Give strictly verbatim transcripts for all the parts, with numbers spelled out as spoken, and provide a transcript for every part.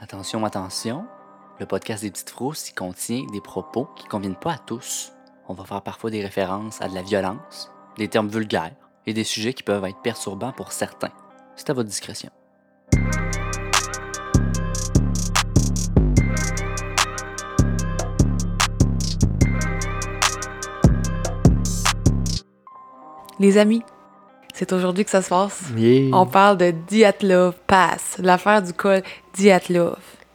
Attention, attention, le podcast des petites frousses y contient des propos qui ne conviennent pas à tous. On va faire parfois des références à de la violence, des termes vulgaires et des sujets qui peuvent être perturbants pour certains. C'est à votre discrétion. Les amis, c'est aujourd'hui que ça se passe. Yeah. On parle de Dyatlov Pass, l'affaire du col Dyatlov.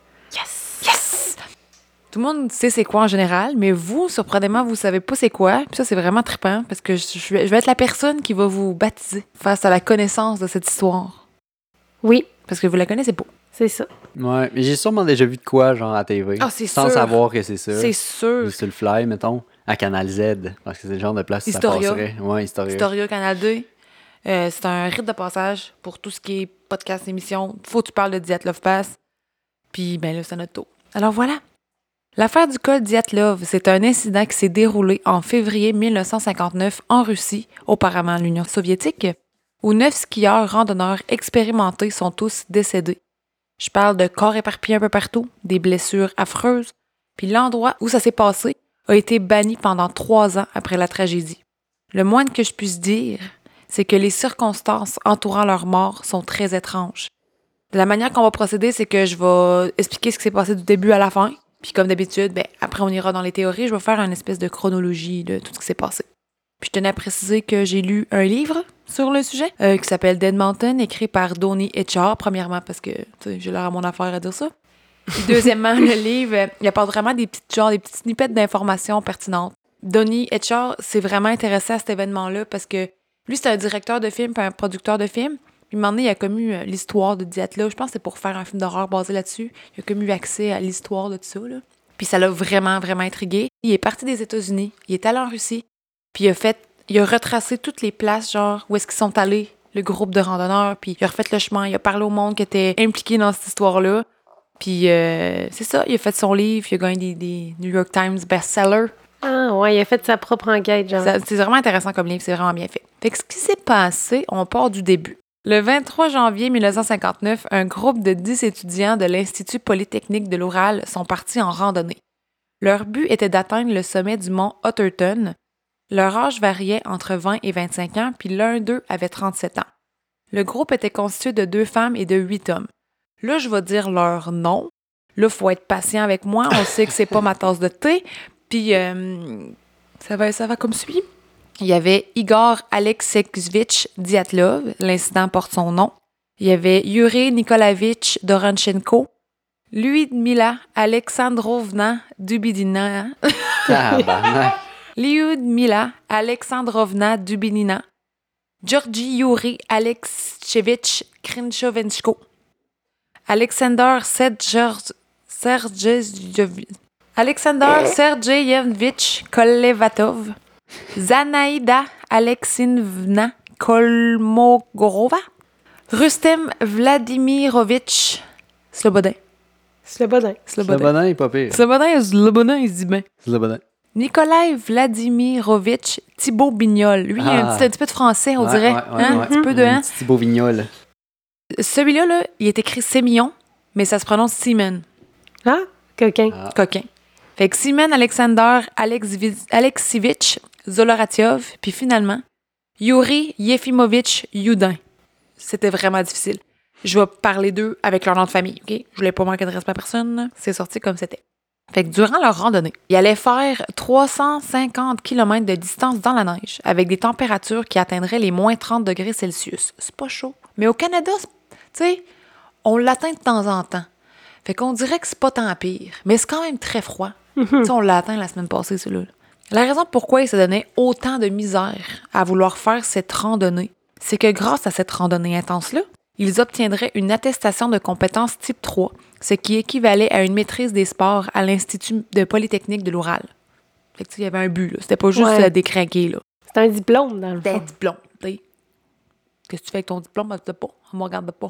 Yes! Yes! Tout le monde sait c'est quoi en général, mais vous, surprenamment, vous savez pas c'est quoi. Puis ça, c'est vraiment trippant parce que je, je, vais, je vais être la personne qui va vous baptiser face à la connaissance de cette histoire. Oui, Parce que vous la connaissez pas. c'est ça. Ouais, mais j'ai sûrement déjà vu de quoi, genre à T V. Ah, c'est sans sûr. savoir que c'est ça. C'est sûr. Sur le fly, mettons, à Canal Z. Parce que c'est le genre de place où ça Historia. passerait. Ouais, Historia. Historia Canal deux. Euh, c'est un rite de passage pour tout ce qui est podcast, émission. Faut que tu parles de Dyatlov Pass. Puis, ben là, c'est notre tour. Alors voilà. L'affaire du col Dyatlov, c'est un incident qui s'est déroulé en février dix-neuf cent cinquante-neuf en Russie, auparavant l'Union soviétique, où neuf skieurs randonneurs expérimentés sont tous décédés. Je parle de corps éparpillés un peu partout, des blessures affreuses, puis l'endroit où ça s'est passé a été banni pendant trois ans après la tragédie. Le moins que je puisse dire, c'est que les circonstances entourant leur mort sont très étranges. De la manière qu'on va procéder, c'est que je vais expliquer ce qui s'est passé du début à la fin, puis comme d'habitude, ben, après on ira dans les théories, je vais faire une espèce de chronologie de tout ce qui s'est passé. Puis je tenais à préciser que j'ai lu un livre sur le sujet euh, qui s'appelle Dead Mountain, écrit par Donnie Etchar, premièrement parce que tu sais, j'ai l'air à mon affaire à dire ça. Puis deuxièmement, le livre, euh, il apporte vraiment des petites genres, des petites snippets d'informations pertinentes. Donnie Etchar s'est vraiment intéressé à cet événement-là parce que lui, c'est un directeur de film puis un producteur de film. Puis, un moment donné, il a comme eu euh, l'histoire de Dyatlov. Je pense que c'est pour faire un film d'horreur basé là-dessus. Il a comme eu accès à l'histoire de tout ça, là. Puis ça l'a vraiment, vraiment intrigué. Il est parti des États-Unis. Il est allé en Russie. Puis il a fait... Il a retracé toutes les places, genre, où est-ce qu'ils sont allés, le groupe de randonneurs. Puis il a refait le chemin. Il a parlé au monde qui était impliqué dans cette histoire-là. Puis euh, c'est ça. Il a fait son livre. Il a gagné des, des New York Times best-sellers. Ah, ouais, il a fait sa propre enquête, genre. Ça, c'est vraiment intéressant comme livre, c'est vraiment bien fait. Fait que ce qui s'est passé, on part du début. Le vingt-trois janvier dix-neuf cent cinquante-neuf, un groupe de dix étudiants de l'Institut polytechnique de l'Oural sont partis en randonnée. Leur but était d'atteindre le sommet du mont Otterton. Leur âge variait entre vingt et vingt-cinq ans, puis l'un d'eux avait trente-sept ans. Le groupe était constitué de deux femmes et de huit hommes. Là, je vais dire leur nom. Là, il faut être patient avec moi. On sait que c'est pas ma tasse de thé. Puis, euh, ça va, ça va comme suit. Il y avait Igor Alexeyevitch Dyatlov, l'incident porte son nom. Il y avait Yuri Nikolaevitch Doronchenko, Lyudmila Alexandrovna Dubinina, Tabarnak. Lyudmila Alexandrovna Dubinina, Georgi Yuri Alexeyevitch Krinchovenchko, Alexander Serge- Sergeyevitch Alexander Sergeyevitch Kolevatov, Zanaïda Alexeyevna Kolmogorova, Rustem Vladimirovitch Slobodin. Slobodin. Le bonheur est pas pire. Slobodin, Slobodin, il se dit bien. Le bonheur. Nikolai Vladimirovitch Thibault Bignol. Lui, il a un Ah. petit, un petit peu de français, on Ouais, dirait. ouais, ouais, hein? ouais. Un petit peu de... Un Hein? petit Thibaut Vignol. Celui-là, là, il est écrit Sémillon, mais ça se prononce Seaman. Ah, coquin. Ah. Coquin. Fait que Seaman Alexander Alexvi- Alexivitch Zoloratyov, puis finalement, Yuri Yefimovitch Yudin. C'était vraiment difficile. Je vais parler d'eux avec leur nom de famille, OK? Je voulais pas manquer de respect à personne. C'est sorti comme c'était. Fait que durant leur randonnée, ils allaient faire trois cent cinquante kilomètres de distance dans la neige, avec des températures qui atteindraient les moins trente degrés Celsius. C'est pas chaud. Mais au Canada, c'est- tu sais, on l'atteint de temps en temps. Fait qu'on dirait que c'est pas tant pire, mais c'est quand même très froid. Tu sais, on l'a atteint la semaine passée, celui-là. La raison pourquoi il se donnait autant de misère à vouloir faire cette randonnée, c'est que grâce à cette randonnée intense-là, ils obtiendraient une attestation de compétence type trois, ce qui équivalait à une maîtrise des sports à l'Institut de Polytechnique de l'Oural. Fait que tu sais, il y avait un but, là. C'était pas juste Ouais. euh, des craqués, là. C'est un diplôme, dans le C'était un fond. diplôme, tu sais. Qu'est-ce que tu fais avec ton diplôme? Ben, tu sais pas. On me regarde pas.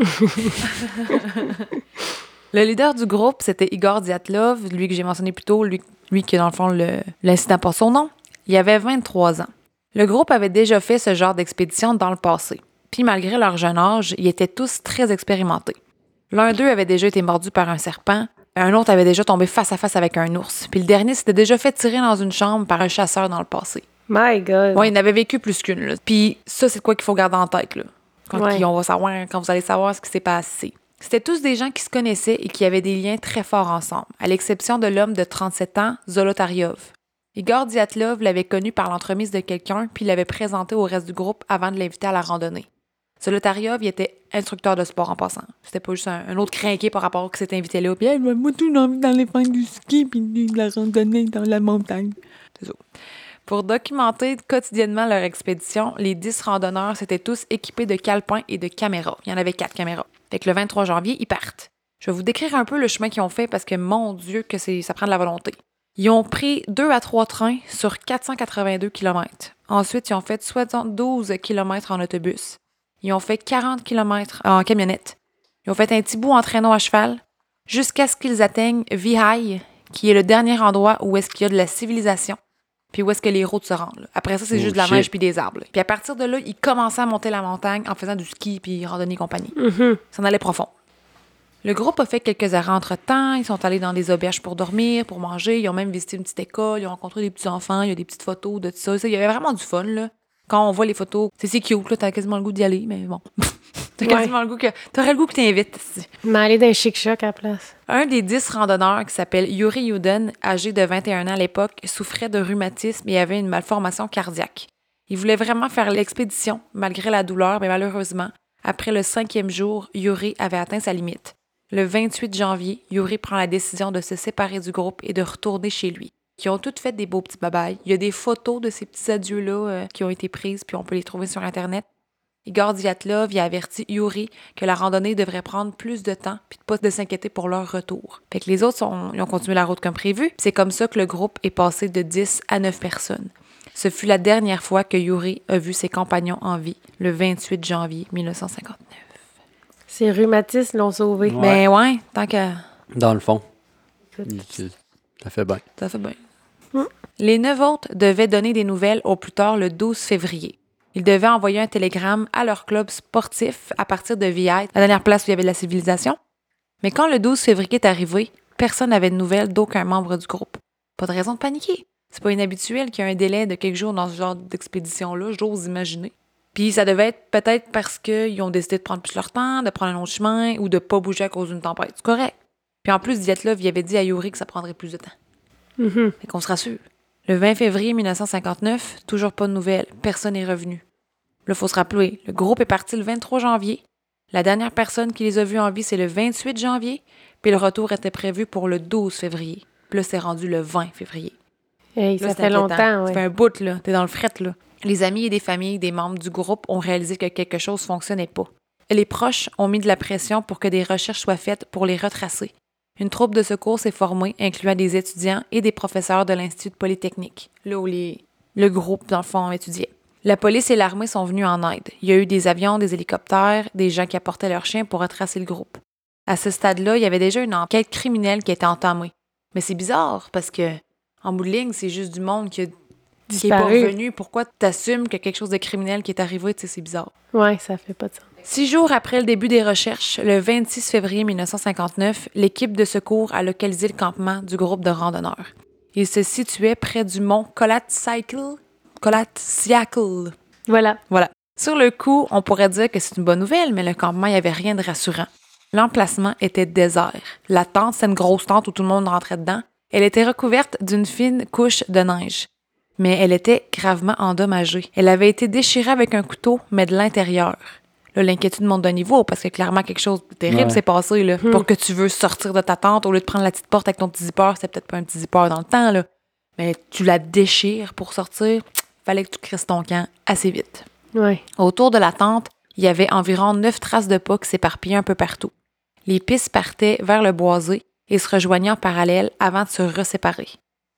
Le leader du groupe, c'était Igor Dyatlov, lui que j'ai mentionné plus tôt, lui, lui qui, dans le fond, le, l'incident porte son nom. Il avait vingt-trois ans. Le groupe avait déjà fait ce genre d'expédition dans le passé. Puis malgré leur jeune âge, ils étaient tous très expérimentés. L'un d'eux avait déjà été mordu par un serpent, un autre avait déjà tombé face à face avec un ours, puis le dernier s'était déjà fait tirer dans une chambre par un chasseur dans le passé. My God. Ouais, il en avait vécu plus qu'une. Là. Puis ça, c'est quoi qu'il faut garder en tête, là. Quand, Ouais. on va savoir, quand vous allez savoir ce qui s'est passé. C'était tous des gens qui se connaissaient et qui avaient des liens très forts ensemble, à l'exception de l'homme de trente-sept ans, Zolotaryov. Igor Dyatlov l'avait connu par l'entremise de quelqu'un puis l'avait présenté au reste du groupe avant de l'inviter à la randonnée. Zolotaryov, il était instructeur de sport en passant. C'était pas juste un, un autre crinqué par rapport à cet invité-là. Puis, hey, moi, tout, j'ai envie d'aller faire du ski puis de la randonnée dans la montagne. C'est ça. Pour documenter quotidiennement leur expédition, les dix randonneurs s'étaient tous équipés de calepins et de caméras. Il y en avait quatre caméras. Fait que le vingt-trois janvier, ils partent. Je vais vous décrire un peu le chemin qu'ils ont fait parce que, mon Dieu, que c'est, ça prend de la volonté. Ils ont pris deux à trois trains sur quatre cent quatre-vingt-deux kilomètres. Ensuite, ils ont fait soixante-douze kilomètres en autobus. Ils ont fait quarante kilomètres en camionnette. Ils ont fait un petit bout en traîneau à cheval jusqu'à ce qu'ils atteignent Vihai, qui est le dernier endroit où est-ce qu'il y a de la civilisation, puis où est-ce que les routes se rendent. Là. Après ça, c'est Oh, juste de la shit. neige puis des arbres. Là. Puis à partir de là, ils commençaient à monter la montagne en faisant du ski puis randonnée et compagnie. Mhm. Ça en allait profond. Le groupe a fait quelques arrêts entre-temps. Ils sont allés dans des auberges pour dormir, pour manger. Ils ont même visité une petite école. Ils ont rencontré des petits-enfants. Il y a des petites photos de tout ça. Il y avait vraiment du fun, là. Quand on voit les photos, c'est, c'est cute, là. T'as quasiment le goût d'y aller, mais bon. T'as quasiment Ouais. le goût que... T'aurais le goût que t'invites. Mais aller d'un chic-choc à la place. Un des dix randonneurs, qui s'appelle Yuri Yudin, âgé de vingt et un ans à l'époque, souffrait de rhumatisme et avait une malformation cardiaque. Il voulait vraiment faire l'expédition, malgré la douleur, mais malheureusement, après le cinquième jour, Yuri avait atteint sa limite. Le vingt-huit janvier, Yuri prend la décision de se séparer du groupe et de retourner chez lui. Ils ont toutes fait des beaux petits babayes. Il y a des photos de ces petits adieux-là euh, qui ont été prises, puis on peut les trouver sur Internet. Igor Dyatlov y a averti Yuri que la randonnée devrait prendre plus de temps puis de pas de s'inquiéter pour leur retour. Fait que les autres sont, ils ont continué la route comme prévu. C'est comme ça que le groupe est passé de dix à neuf personnes. Ce fut la dernière fois que Yuri a vu ses compagnons en vie, le vingt-huit janvier mille neuf cent cinquante-neuf. Ces rhumatismes l'ont sauvé. Ouais. Mais ouais, tant que Dans le fond. Écoute. Tu- Ça fait bien. ça fait bien. Mm. Les neuf autres devaient donner des nouvelles au plus tard le douze février. Ils devaient envoyer un télégramme à leur club sportif à partir de Vihai, la dernière place où il y avait de la civilisation. Mais quand le douze février est arrivé, personne n'avait de nouvelles d'aucun membre du groupe. Pas de raison de paniquer. C'est pas inhabituel qu'il y ait un délai de quelques jours dans ce genre d'expédition-là, j'ose imaginer. Puis ça devait être peut-être parce qu'ils ont décidé de prendre plus leur temps, de prendre un autre chemin ou de pas bouger à cause d'une tempête. C'est correct. Puis en plus, Dyatlov, il avait dit à Yuri que ça prendrait plus de temps. Mhm. Fait qu'on se rassure. Le vingt février mille neuf cent cinquante-neuf, toujours pas de nouvelles. Personne n'est revenu. Là, il faut se rappeler, le groupe est parti le vingt-trois janvier. La dernière personne qui les a vus en vie, c'est le vingt-huit janvier. Puis le retour était prévu pour le douze février. Puis là, c'est rendu le vingt février. Hey, Là, ça c'est fait inquiétant. longtemps, Ça ouais. fait un bout, là. T'es dans le fret, là. Les amis et des familles des membres du groupe ont réalisé que quelque chose fonctionnait pas. Les proches ont mis de la pression pour que des recherches soient faites pour les retracer. Une troupe de secours s'est formée, incluant des étudiants et des professeurs de l'Institut polytechnique, là où les... le groupe, dans le fond, étudiait. La police et l'armée sont venus en aide. Il y a eu des avions, des hélicoptères, des gens qui apportaient leurs chiens pour retracer le groupe. À ce stade-là, il y avait déjà une enquête criminelle qui était entamée. Mais c'est bizarre, parce que, en bout de ligne, c'est juste du monde qui a qui est pas Disparu. revenu. Pourquoi t'assumes que quelque chose de criminel qui est arrivé, tu sais, c'est bizarre. Ouais, ça fait pas de sens. Six jours après le début des recherches, le vingt-six février mille neuf cent cinquante-neuf, l'équipe de secours a localisé le campement du groupe de randonneurs. Il se situait près du mont Kolatsiakl. Kolatsiakl. Voilà. Voilà. Sur le coup, on pourrait dire que c'est une bonne nouvelle, mais le campement, il n'y avait rien de rassurant. L'emplacement était désert. La tente, c'est une grosse tente où tout le monde rentrait dedans. Elle était recouverte d'une fine couche de neige. Mais elle était gravement endommagée. Elle avait été déchirée avec un couteau, mais de l'intérieur. Là, l'inquiétude monte d'un niveau, parce que clairement, quelque chose de terrible Ouais. s'est passé, là. Hmm. Pour que tu veux sortir de ta tente, au lieu de prendre la petite porte avec ton petit zipper, c'était peut-être pas un petit zipper dans le temps, là. Mais tu la déchires pour sortir, fallait que tu crisses ton camp assez vite. Ouais. Autour de la tente, il y avait environ neuf traces de pas qui s'éparpillaient un peu partout. Les pistes partaient vers le boisé et se rejoignaient en parallèle avant de se reséparer.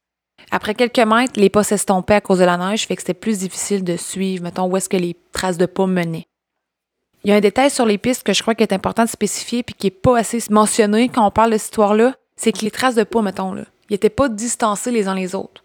Après quelques mètres, les pas s'estompaient à cause de la neige, fait que c'était plus difficile de suivre, mettons, où est-ce que les traces de pas menaient. Il y a un détail sur les pistes que je crois qu'il est important de spécifier puis qui n'est pas assez mentionné quand on parle de cette histoire-là, c'est que les traces de pas, mettons, là, ils n'étaient pas distancés les uns les autres.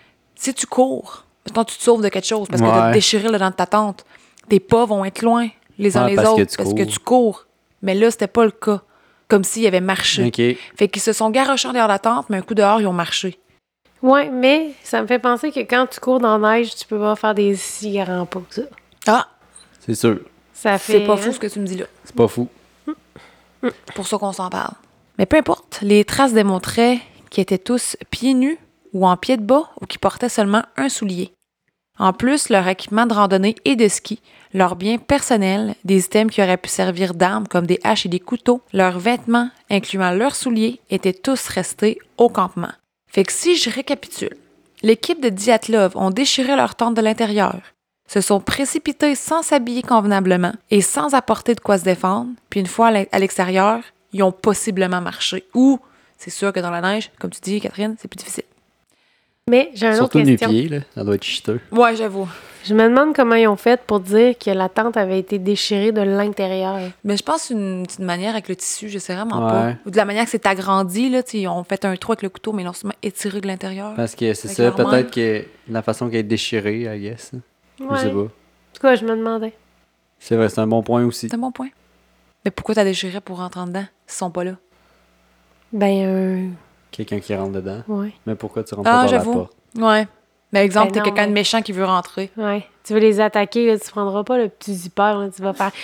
Si tu cours, mettons, tu te sauves de quelque chose parce que tu as Ouais. déchiré là, dans ta tente, tes pas vont être loin les uns Ouais, les parce que autres tu parce que cours. tu cours. Mais là, c'était pas le cas. comme s'ils avaient marché. OK. Fait qu'ils se sont garochés en dehors de la tente, mais un coup dehors, ils ont marché. Ouais, mais ça me fait penser que quand tu cours dans la neige, tu peux pas faire des si grands pas que ça. Ah, C'est sûr. Ça fait... c'est pas hein? fou ce que tu me dis là. C'est pas fou. C'est pour ça qu'on s'en parle. Mais peu importe, les traces démontraient qu'ils étaient tous pieds nus ou en pieds de bas ou qu'ils portaient seulement un soulier. En plus, leur équipement de randonnée et de ski, leurs biens personnels, des items qui auraient pu servir d'armes comme des haches et des couteaux, leurs vêtements, incluant leurs souliers, étaient tous restés au campement. Fait que si je récapitule, l'équipe de Dyatlov ont déchiré leur tente de l'intérieur, se sont précipités sans s'habiller convenablement et sans apporter de quoi se défendre, puis une fois à l'extérieur, ils ont possiblement marché. Ou, c'est sûr que dans la neige, comme tu dis, Catherine, c'est plus difficile. Mais j'ai une autre Surtout question. nu-pieds, là. Ça doit être chiteux. Ouais, j'avoue. Je me demande comment ils ont fait pour dire que la tente avait été déchirée de l'intérieur. Mais je pense que c'est une petite manière avec le tissu, je sais vraiment Ouais. pas. Ou de la manière que c'est agrandi, là, ils ont fait un trou avec le couteau, mais ils l'ont seulement étiré de l'intérieur. Parce que c'est Avec ça, leurs mains. peut-être que la façon qu'elle est déchirée, I guess. Je Ouais. sais pas. En tout cas, je me demandais. C'est vrai, c'est un bon point aussi. C'est un bon point. Mais pourquoi t'as déchiré pour rentrer en dedans s'ils sont pas là? Ben, euh... Quelqu'un qui rentre dedans. ouais. Mais pourquoi tu rentres Ah, pas par la j'avoue. porte? Ouais. Mais exemple, Ben t'es non, quelqu'un de mais- méchant qui veut rentrer. Ouais. Tu veux les attaquer, là, tu prendras pas le petit zipper, là, tu vas faire...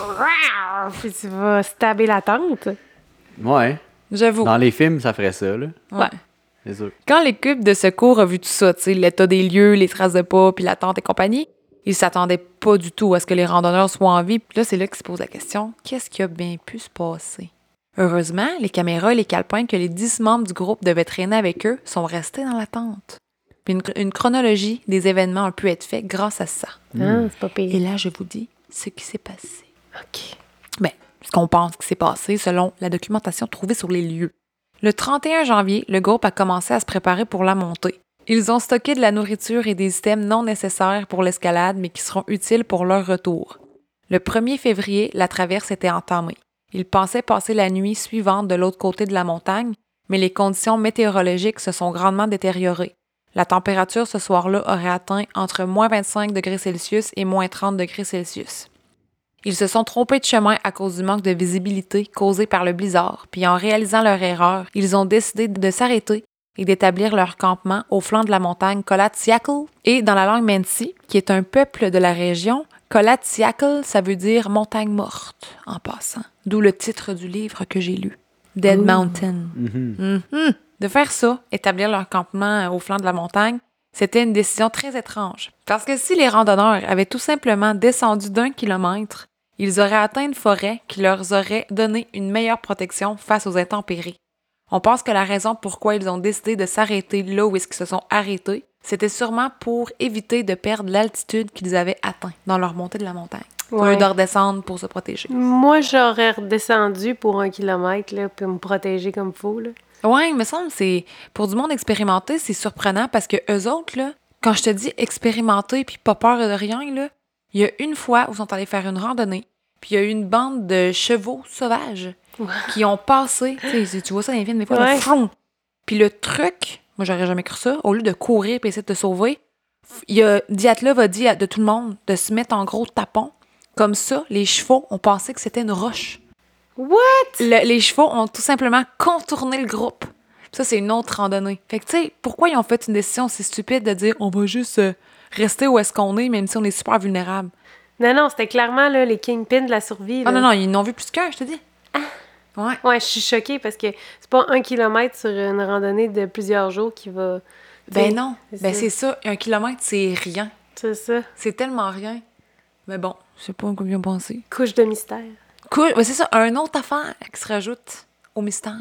Puis tu vas stabber la tente. Ouais. J'avoue. Dans les films, ça ferait ça, là. Ouais. C'est sûr. Quand l'équipe de secours a vu tout ça, tu sais, l'état des lieux, les traces de pas, puis la tente et compagnie, ils s'attendaient pas du tout à ce que les randonneurs soient en vie. Puis là, c'est là qu'ils se posent la question, qu'est-ce qui a bien pu se passer? Heureusement, les caméras et les calepins que les dix membres du groupe devaient traîner avec eux sont restés dans la tente. Puis une, une chronologie des événements a pu être faite grâce à ça. Ah, c'est pas pire. Et là, je vous dis ce qui s'est passé. OK. Ben, ce qu'on pense qui s'est passé selon la documentation trouvée sur les lieux. Le trente et un janvier, le groupe a commencé à se préparer pour la montée. Ils ont stocké de la nourriture et des items non nécessaires pour l'escalade, mais qui seront utiles pour leur retour. Le premier février, la traverse était entamée. Ils pensaient passer la nuit suivante de l'autre côté de la montagne, mais les conditions météorologiques se sont grandement détériorées. La température ce soir-là aurait atteint entre moins vingt-cinq degrés Celsius et moins trente degrés Celsius. Ils se sont trompés de chemin à cause du manque de visibilité causé par le blizzard, puis en réalisant leur erreur, ils ont décidé de s'arrêter et d'établir leur campement au flanc de la montagne Kolatsiakl. Et dans la langue Métis, qui est un peuple de la région, Kolatsiakl, ça veut dire montagne morte, en passant. D'où le titre du livre que j'ai lu, Dead Ooh. Mountain. Mhm. Mhm. De faire ça, établir leur campement au flanc de la montagne, c'était une décision très étrange. Parce que si les randonneurs avaient tout simplement descendu d'un kilomètre, ils auraient atteint une forêt qui leur aurait donné une meilleure protection face aux intempéries. On pense que la raison pourquoi ils ont décidé de s'arrêter là où ils se sont arrêtés, c'était sûrement pour éviter de perdre l'altitude qu'ils avaient atteint dans leur montée de la montagne. Au lieu Ouais. de redescendre pour se protéger. Moi, j'aurais redescendu pour un kilomètre, là, pour me protéger comme il faut, là. Ouais, il me semble que c'est pour du monde expérimenté, c'est surprenant parce que eux autres là, quand je te dis expérimenté puis pas peur de rien là, il y a une fois où ils sont allés faire une randonnée, puis il y a eu une bande de chevaux sauvages qui ont passé, tu sais, tu vois ça dans les films des fois, Ouais. le front. Puis le truc, moi j'aurais jamais cru ça, au lieu de courir puis essayer de te sauver, il y a Dyatlov a dit à de tout le monde de se mettre en gros tapon. Comme ça, les chevaux ont pensé que c'était une roche. What? Le- les chevaux ont tout simplement contourné le groupe. Ça, c'est une autre randonnée. Fait que, tu sais, pourquoi ils ont fait une décision aussi stupide de dire on va juste euh, rester où est-ce qu'on est, même si on est super vulnérable? Non, non, c'était clairement là, les kingpins de la survie. Ah là. non, non, ils n'ont vu plus qu'un, je te dis. Ouais. Ouais, je suis choquée parce que c'est pas un kilomètre sur une randonnée de plusieurs jours qui va... Ben T'sais, non. c'est Ben ça. c'est ça. Un kilomètre, c'est rien. C'est ça. C'est tellement rien. Mais bon, je sais pas comment ils ont pensé. Couche de mystère. Cool. Ben c'est ça, un autre affaire qui se rajoute au mystère.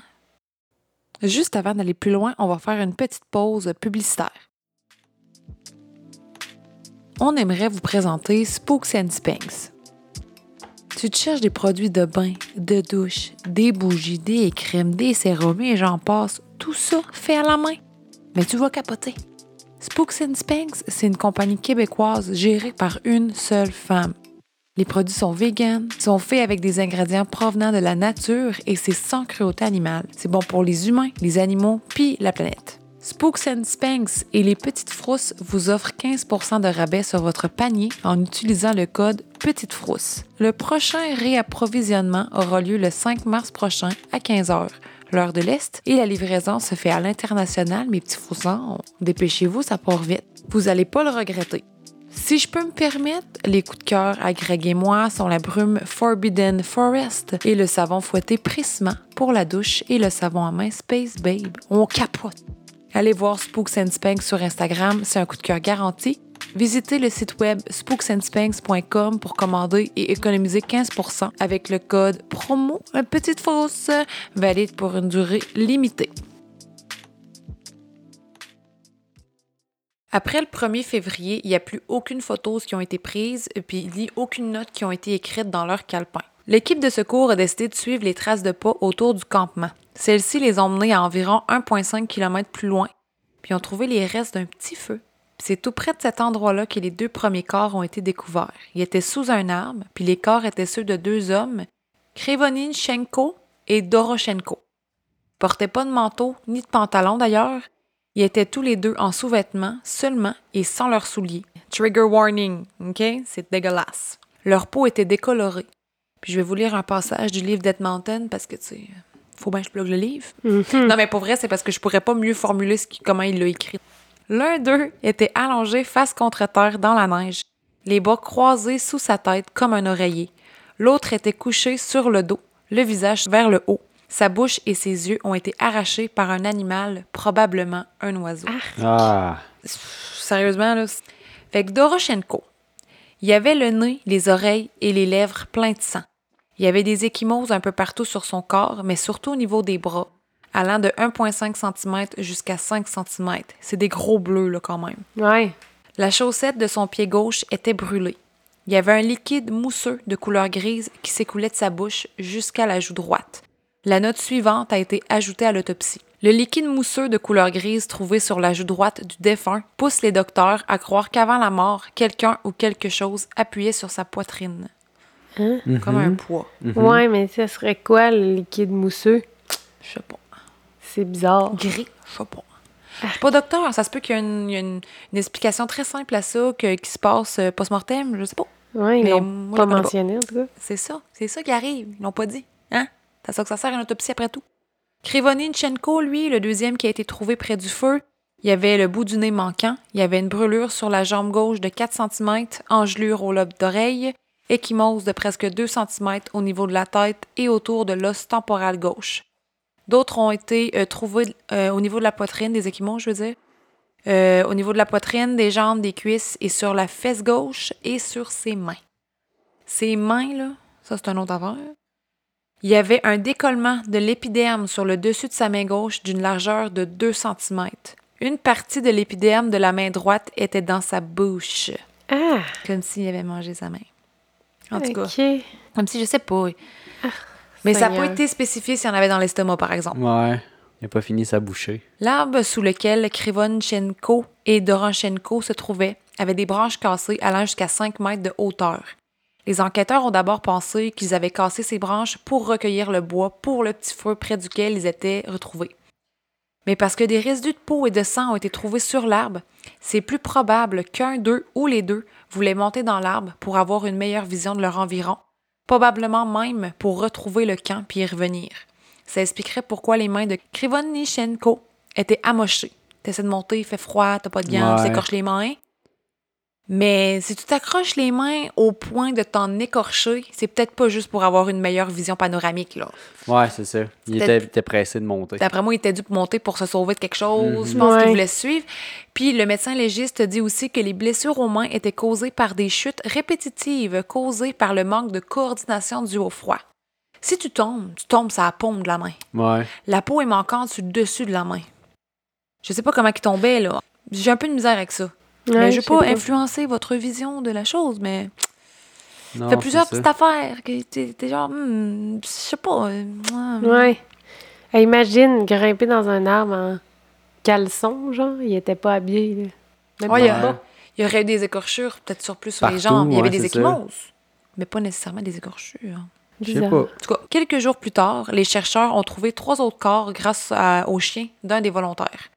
Juste avant d'aller plus loin, on va faire une petite pause publicitaire. On aimerait vous présenter Spooks and Spanks. Tu te cherches des produits de bain, de douche, des bougies, des crèmes, des sérums et j'en passe, tout ça fait à la main. Mais tu vas capoter. Spooks and Spanks, c'est une compagnie québécoise gérée par une seule femme. Les produits sont véganes, sont faits avec des ingrédients provenant de la nature et c'est sans cruauté animale. C'est bon pour les humains, les animaux, puis la planète. Spooks and Spanks et les Petites Frousses vous offrent quinze pour cent de rabais sur votre panier en utilisant le code Petite Frousse. Le prochain réapprovisionnement aura lieu le cinq mars prochain à quinze heures, l'heure de l'Est, et la livraison se fait à l'international, mes petits froussons. Dépêchez-vous, ça part vite. Vous allez pas le regretter. Si je peux me permettre, les coups de cœur à Greg et moi sont la brume Forbidden Forest et le savon fouetté Prisma pour la douche et le savon à main Space Babe. On capote! Allez voir Spooks and Spanks sur Instagram, c'est un coup de cœur garanti. Visitez le site web spooks and spanks point com pour commander et économiser quinze pour cent avec le code promo Petite Frousse, valide pour une durée limitée. Après le premier février, il n'y a plus aucune photo qui ont été prises puis ni aucune note qui ont été écrites dans leur calepin. L'équipe de secours a décidé de suivre les traces de pas autour du campement. Celles-ci les ont menés à environ un virgule cinq kilomètres plus loin, puis ont trouvé les restes d'un petit feu. Puis c'est tout près de cet endroit-là que les deux premiers corps ont été découverts. Ils étaient sous un arbre, puis les corps étaient ceux de deux hommes, Krivonichenko et Doroshenko. Ils portaient pas de manteau, ni de pantalon d'ailleurs. Ils étaient tous les deux en sous-vêtements, seulement, et sans leurs souliers. Trigger warning, OK? C'est dégueulasse. Leur peau était décolorée. Puis je vais vous lire un passage du livre d'Edmonton parce que, tu sais, faut bien que je plug le livre. Mm-hmm. Non, mais pour vrai, c'est parce que je pourrais pas mieux formuler ce qui, comment il l'a écrit. L'un d'eux était allongé face contre terre dans la neige, les bras croisés sous sa tête comme un oreiller. L'autre était couché sur le dos, le visage vers le haut. Sa bouche et ses yeux ont été arrachés par un animal, probablement un oiseau. Ah! Sérieusement, là. Fait que Doroshenko, il y avait le nez, les oreilles et les lèvres pleins de sang. Il y avait des ecchymoses un peu partout sur son corps, mais surtout au niveau des bras, allant de un virgule cinq centimètres jusqu'à cinq centimètres. C'est des gros bleus, là, quand même. Ouais. La chaussette de son pied gauche était brûlée. Il y avait un liquide mousseux de couleur grise qui s'écoulait de sa bouche jusqu'à la joue droite. La note suivante a été ajoutée à l'autopsie. Le liquide mousseux de couleur grise trouvé sur la joue droite du défunt pousse les docteurs à croire qu'avant la mort, quelqu'un ou quelque chose appuyait sur sa poitrine. Hein? Comme un poids. Mm-hmm. Ouais, mais ça serait quoi, le liquide mousseux? Je sais pas. C'est bizarre. Gris, je sais pas. Ah. Pas docteur, ça se peut qu'il y ait une, il y a une, une explication très simple à ça que, qui se passe euh, post-mortem, je sais pas. Oui, ils l'ont pas mentionné, en tout cas. C'est ça, c'est ça qui arrive, ils l'ont pas dit. Hein? C'est ça que ça sert à une autopsie après tout. Krivonichenko, lui, le deuxième qui a été trouvé près du feu, il y avait le bout du nez manquant, il y avait une brûlure sur la jambe gauche de quatre centimètres, engelure au lobe d'oreille, ecchymose de presque deux centimètres au niveau de la tête et autour de l'os temporal gauche. D'autres ont été euh, trouvés euh, au niveau de la poitrine, des ecchymoses, je veux dire, euh, au niveau de la poitrine, des jambes, des cuisses et sur la fesse gauche et sur ses mains. Ses mains, là, ça c'est un autre affaire. Il y avait un décollement de l'épiderme sur le dessus de sa main gauche d'une largeur de deux centimètres. Une partie de l'épiderme de la main droite était dans sa bouche. Ah! Comme s'il avait mangé sa main. En tout okay. cas, comme si, je sais pas. Ah, mais ça n'a pas été spécifié s'il y en avait dans l'estomac, par exemple. Ouais, il n'a pas fini sa bouchée. L'arbre sous lequel Krivonichenko et Doroshenko se trouvaient avait des branches cassées allant jusqu'à cinq mètres de hauteur. Les enquêteurs ont d'abord pensé qu'ils avaient cassé ces branches pour recueillir le bois pour le petit feu près duquel ils étaient retrouvés. Mais parce que des résidus de peau et de sang ont été trouvés sur l'arbre, c'est plus probable qu'un d'eux ou les deux voulaient monter dans l'arbre pour avoir une meilleure vision de leur environ, probablement même pour retrouver le camp puis y revenir. Ça expliquerait pourquoi les mains de Krivonichenko étaient amochées. T'essaies de monter, il fait froid, t'as pas de gants, tu t'écorches les mains. Mais si tu t'accroches les mains au point de t'en écorcher, c'est peut-être pas juste pour avoir une meilleure vision panoramique, là. Ouais, c'est ça. Il était, il était pressé de monter. D'après moi, il était dû monter pour se sauver de quelque chose. Mm-hmm. Je pense ouais. qu'il voulait suivre. Puis le médecin légiste dit aussi que les blessures aux mains étaient causées par des chutes répétitives causées par le manque de coordination dû au froid. Si tu tombes, tu tombes sur la paume de la main. Ouais. La peau est manquante sur le dessus de la main. Je sais pas comment il tombait, là. J'ai un peu de misère avec ça. Ouais, mais je veux pas, pas influencer votre vision de la chose, mais Non, fait plusieurs c'est petites affaires que t'es, t'es genre, hmm, je sais pas. Euh, ouais. Ouais. Hey, imagine grimper dans un arbre en caleçon, genre. Il était pas habillé, là. Même Ouais, il y, pas. a- il y aurait eu des écorchures, peut-être sur plus sur les Partout, jambes. Il y avait ouais, des c'est ecchymoses, mais pas nécessairement des écorchures. Je sais Bizarre. pas. En tout cas, quelques jours plus tard, les chercheurs ont trouvé trois autres corps grâce à- au chien d'un des volontaires.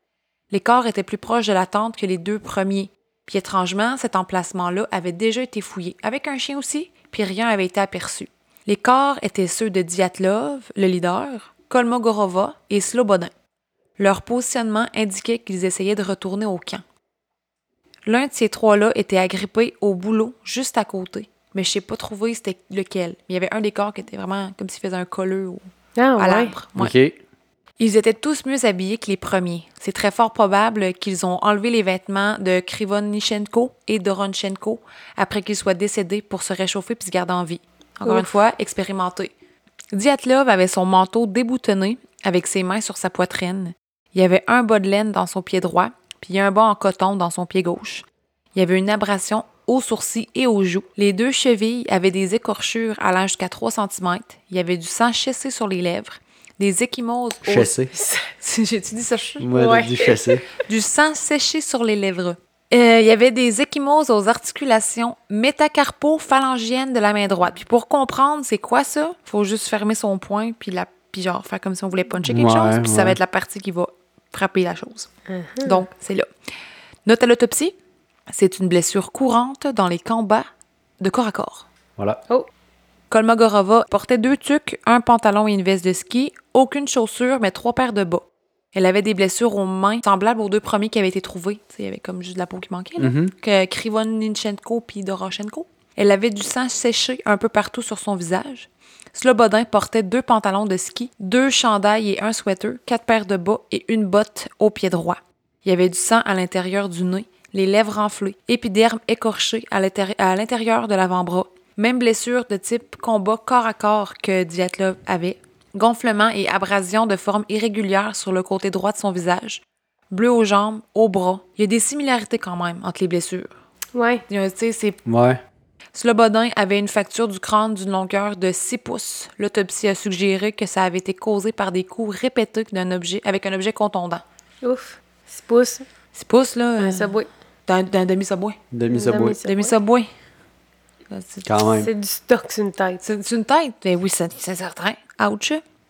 Les corps étaient plus proches de la tente que les deux premiers. Puis étrangement, cet emplacement-là avait déjà été fouillé, avec un chien aussi, puis rien n'avait été aperçu. Les corps étaient ceux de Dyatlov, le leader, Kolmogorova et Slobodin. Leur positionnement indiquait qu'ils essayaient de retourner au camp. L'un de ces trois-là était agrippé au boulot juste à côté, mais je ne sais pas trouver c'était lequel. Il y avait un des corps qui était vraiment comme s'il faisait un colleux au, Ah, à ouais. l'arbre. Ouais. OK. Ils étaient tous mieux habillés que les premiers. C'est très fort probable qu'ils ont enlevé les vêtements de Krivonichenko et Doronchenko après qu'ils soient décédés pour se réchauffer puis se garder en vie. Encore Ouf. une fois, expérimenté. Dyatlov avait son manteau déboutonné avec ses mains sur sa poitrine. Il y avait un bas de laine dans son pied droit, puis un bas en coton dans son pied gauche. Il y avait une abrasion aux sourcils et aux joues. Les deux chevilles avaient des écorchures allant jusqu'à trois centimètres. Il y avait du sang chassé sur les lèvres. Des ecchymoses... aux- Chassé. J'ai-tu dit ça? Moi, Ouais. j'ai dit chassé. Du sang séché sur les lèvres. Euh, il y avait des ecchymoses aux articulations métacarpo-phalangiennes de la main droite. Puis pour comprendre c'est quoi ça, faut juste fermer son poing puis, la, puis genre faire comme si on voulait puncher quelque Ouais, chose. Puis ça ouais. va être la partie qui va frapper la chose. Uh-huh. Donc, c'est là. Note à l'autopsie, c'est une blessure courante dans les combats de corps à corps. Voilà. Kolmogorova portait deux tucs, un pantalon et une veste de ski, aucune chaussure, mais trois paires de bas. Elle avait des blessures aux mains semblables aux deux premiers qui avaient été trouvés. Tu sais, il y avait comme juste de la peau qui manquait, là. Mhm. Que Krivonichenko puis Doroshenko. Elle avait du sang séché un peu partout sur son visage. Slobodin portait deux pantalons de ski, deux chandails et un sweater, quatre paires de bas et une botte au pied droit. Il y avait du sang à l'intérieur du nez, les lèvres enflées, épiderme écorché à l'intéri- à l'intérieur de l'avant-bras. Même blessure de type combat corps à corps que Dyatlov avait. Gonflement et abrasion de forme irrégulière sur le côté droit de son visage. Bleu aux jambes, aux bras. Il y a des similarités quand même entre les blessures. Ouais. Il y a, tu sais, c'est... Ouais. Slobodin avait une fracture du crâne d'une longueur de six pouces. L'autopsie a suggéré que ça avait été causé par des coups répétés d'un objet, avec un objet contondant. Ouf. six pouces. six pouces, là, Un euh, subway. d'un, d'un demi-subway. Demi-subway. Demi-subway. Demi-subway. Là, c'est- Quand même. C'est du stock sur une tête. C'est c'est une tête. Mais oui, c'est c'est certain. Ouch.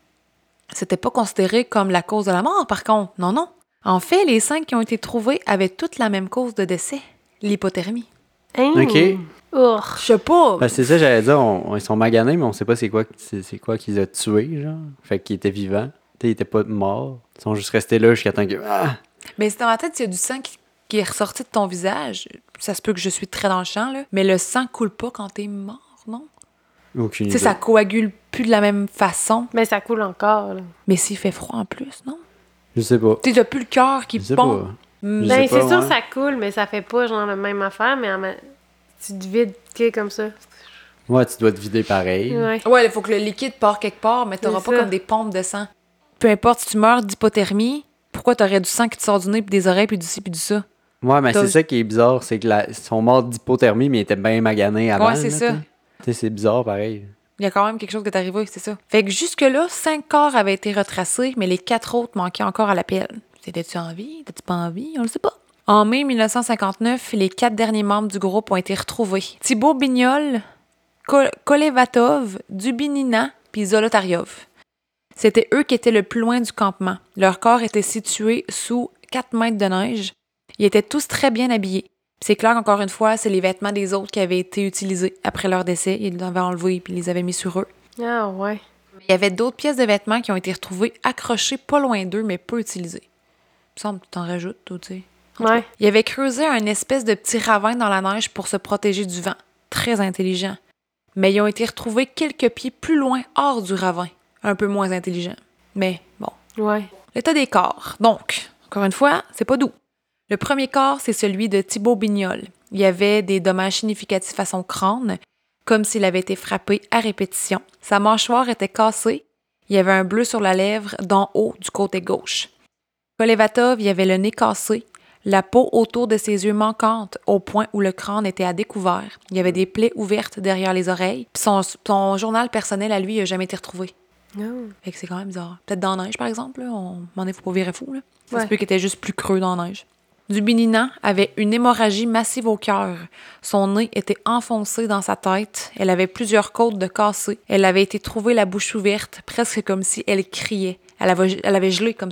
C'était pas considéré comme la cause de la mort, par contre. Non, non. En fait, les cinq qui ont été trouvés avaient toutes la même cause de décès, l'hypothermie. Hein? OK. Ourgh. Je sais pas. Ben, c'est ça, j'allais dire, on, on- ils sont maganés, mais on sait pas c'est quoi, c'est, c'est quoi qu'ils ont tué, genre. Fait qu'ils étaient vivants. Tu sais, ils étaient pas morts. Ils sont juste restés là jusqu'à temps que. Ah! Mais si dans ma tête, il y a du sang qui, qui est ressorti de ton visage, ça se peut que je suis très dans le champ, là, mais le sang coule pas quand t'es mort, non? Aucune Tu sais, idée. ça coagule plus de la même façon, Mais ça coule encore, là. mais s'il fait froid en plus, non? Je sais pas. Tu sais, t'as plus le cœur qui Je sais pompe. pas. Mm. Je Ben, sais pas, c'est sûr ouais. que ça coule, mais ça fait pas genre la même affaire, mais en même- tu te vides tu sais, comme ça. Ouais, tu dois te vider pareil. Ouais. Ouais, il faut que le liquide parte quelque part, mais t'auras C'est pas ça. comme des pompes de sang. Peu importe si tu meurs d'hypothermie, pourquoi t'aurais du sang qui te sort du nez, puis des oreilles, puis du ci, puis du ça? Ouais, mais T'as- c'est ça qui est bizarre, c'est que la... ils sont morts d'hypothermie, mais ils étaient bien maganés avant. Ouais, c'est là, ça. tu sais. Tu sais, c'est bizarre pareil. Il y a quand même quelque chose qui est arrivé, c'est ça. Fait que jusque-là, cinq corps avaient été retracés, mais les quatre autres manquaient encore à l'appel. C'était-tu en vie? T'as-tu pas en vie? On le sait pas. En mai dix-neuf cent cinquante-neuf, les quatre derniers membres du groupe ont été retrouvés. Thibaut Bignol, Ko- Kolevatov, Dubinina puis Zolotaryov. C'était eux qui étaient le plus loin du campement. Leur corps était situé sous quatre mètres de neige. Ils étaient tous très bien habillés. C'est clair qu'encore une fois, c'est les vêtements des autres qui avaient été utilisés après leur décès. Ils les avaient enlevés puis ils les avaient mis sur eux. Ah, ouais. Il y avait d'autres pièces de vêtements qui ont été retrouvées accrochées pas loin d'eux, mais peu utilisées. Il me semble que tu t'en rajoutes, toi, tu sais. Ouais. Il avait creusé un espèce de petit ravin dans la neige pour se protéger du vent. Très intelligent. Mais ils ont été retrouvés quelques pieds plus loin, hors du ravin. Un peu moins intelligent. Mais bon. Ouais. L'état des corps. Donc, encore une fois, c'est pas doux. Le premier corps, c'est celui de Thibaut Bignol. Il y avait des dommages significatifs à son crâne, comme s'il avait été frappé à répétition. Sa mâchoire était cassée. Il y avait un bleu sur la lèvre d'en haut du côté gauche. Kolevatov, il y avait le nez cassé, la peau autour de ses yeux manquante au point où le crâne était à découvert. Il y avait des plaies ouvertes derrière les oreilles. Puis son, son journal personnel à lui, il n'a jamais été retrouvé. Oh. Fait que c'est quand même bizarre. Peut-être dans la neige, par exemple. Là. On m'en est, faut pas virer fou. Là. Ça Ouais. se peut qu'il était juste plus creux dans la neige. Dubinina avait une hémorragie massive au cœur. Son nez était enfoncé dans sa tête. Elle avait plusieurs côtes de cassées. Elle avait été trouvée la bouche ouverte, presque comme si elle criait. Elle avait, elle avait gelé comme ça.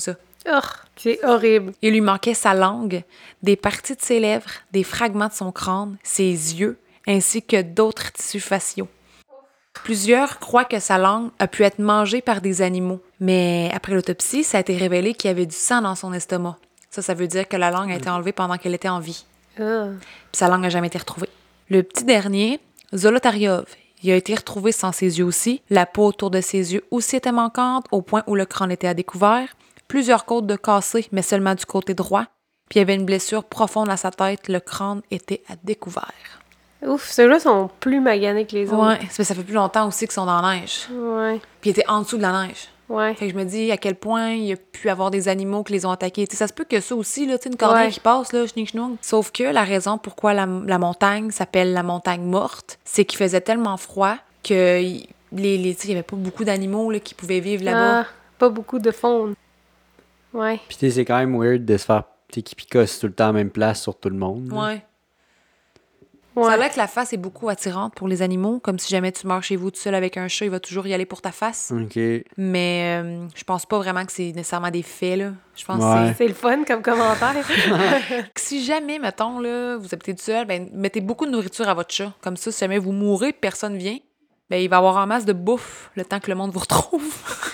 Oh, c'est horrible. Il lui manquait sa langue, des parties de ses lèvres, des fragments de son crâne, ses yeux, ainsi que d'autres tissus faciaux. Plusieurs croient que sa langue a pu être mangée par des animaux, mais après l'autopsie, ça a été révélé qu'il y avait du sang dans son estomac. Ça, ça veut dire que la langue a été enlevée pendant qu'elle était en vie. Oh. Puis sa langue n'a jamais été retrouvée. Le petit dernier, Zolotaryov, il a été retrouvé sans ses yeux aussi. La peau autour de ses yeux aussi était manquante, au point où le crâne était à découvert. Plusieurs côtes de cassées, mais seulement du côté droit. Puis il y avait une blessure profonde à sa tête. Le crâne était à découvert. Ouf, ceux-là sont plus maganés que les autres. Ouais, c'est parce que ça fait plus longtemps aussi qu'ils sont dans la neige. Ouais. Puis ils étaient en dessous de la neige. Ouais. Fait que je me dis à quel point il y a pu avoir des animaux qui les ont attaqués. T'sais, ça se peut que ça aussi, là, une corneille Ouais. qui passe, là, schnick schnouk. Sauf que la raison pourquoi la, la montagne s'appelle la montagne morte, c'est qu'il faisait tellement froid que y- les, les, il y avait pas beaucoup d'animaux là, qui pouvaient vivre là-bas. Ah, pas beaucoup de faune. Ouais. Puis tu sais, c'est quand même weird de se faire, tu sais, qui picosse tout le temps à la même place sur tout le monde. là. Ouais. Ouais. Ça a l'air que la face est beaucoup attirante pour les animaux, comme si jamais tu meurs chez vous tout seul avec un chat, il va toujours y aller pour ta face. OK. Mais euh, je pense pas vraiment que c'est nécessairement des faits, là. Je pense Ouais. que C'est le fun comme commentaire. c'est... Si jamais, mettons, là, vous habitez tout seul, ben, mettez beaucoup de nourriture à votre chat. Comme ça, si jamais vous mourrez et personne vient, ben, il va avoir en masse de bouffe le temps que le monde vous retrouve.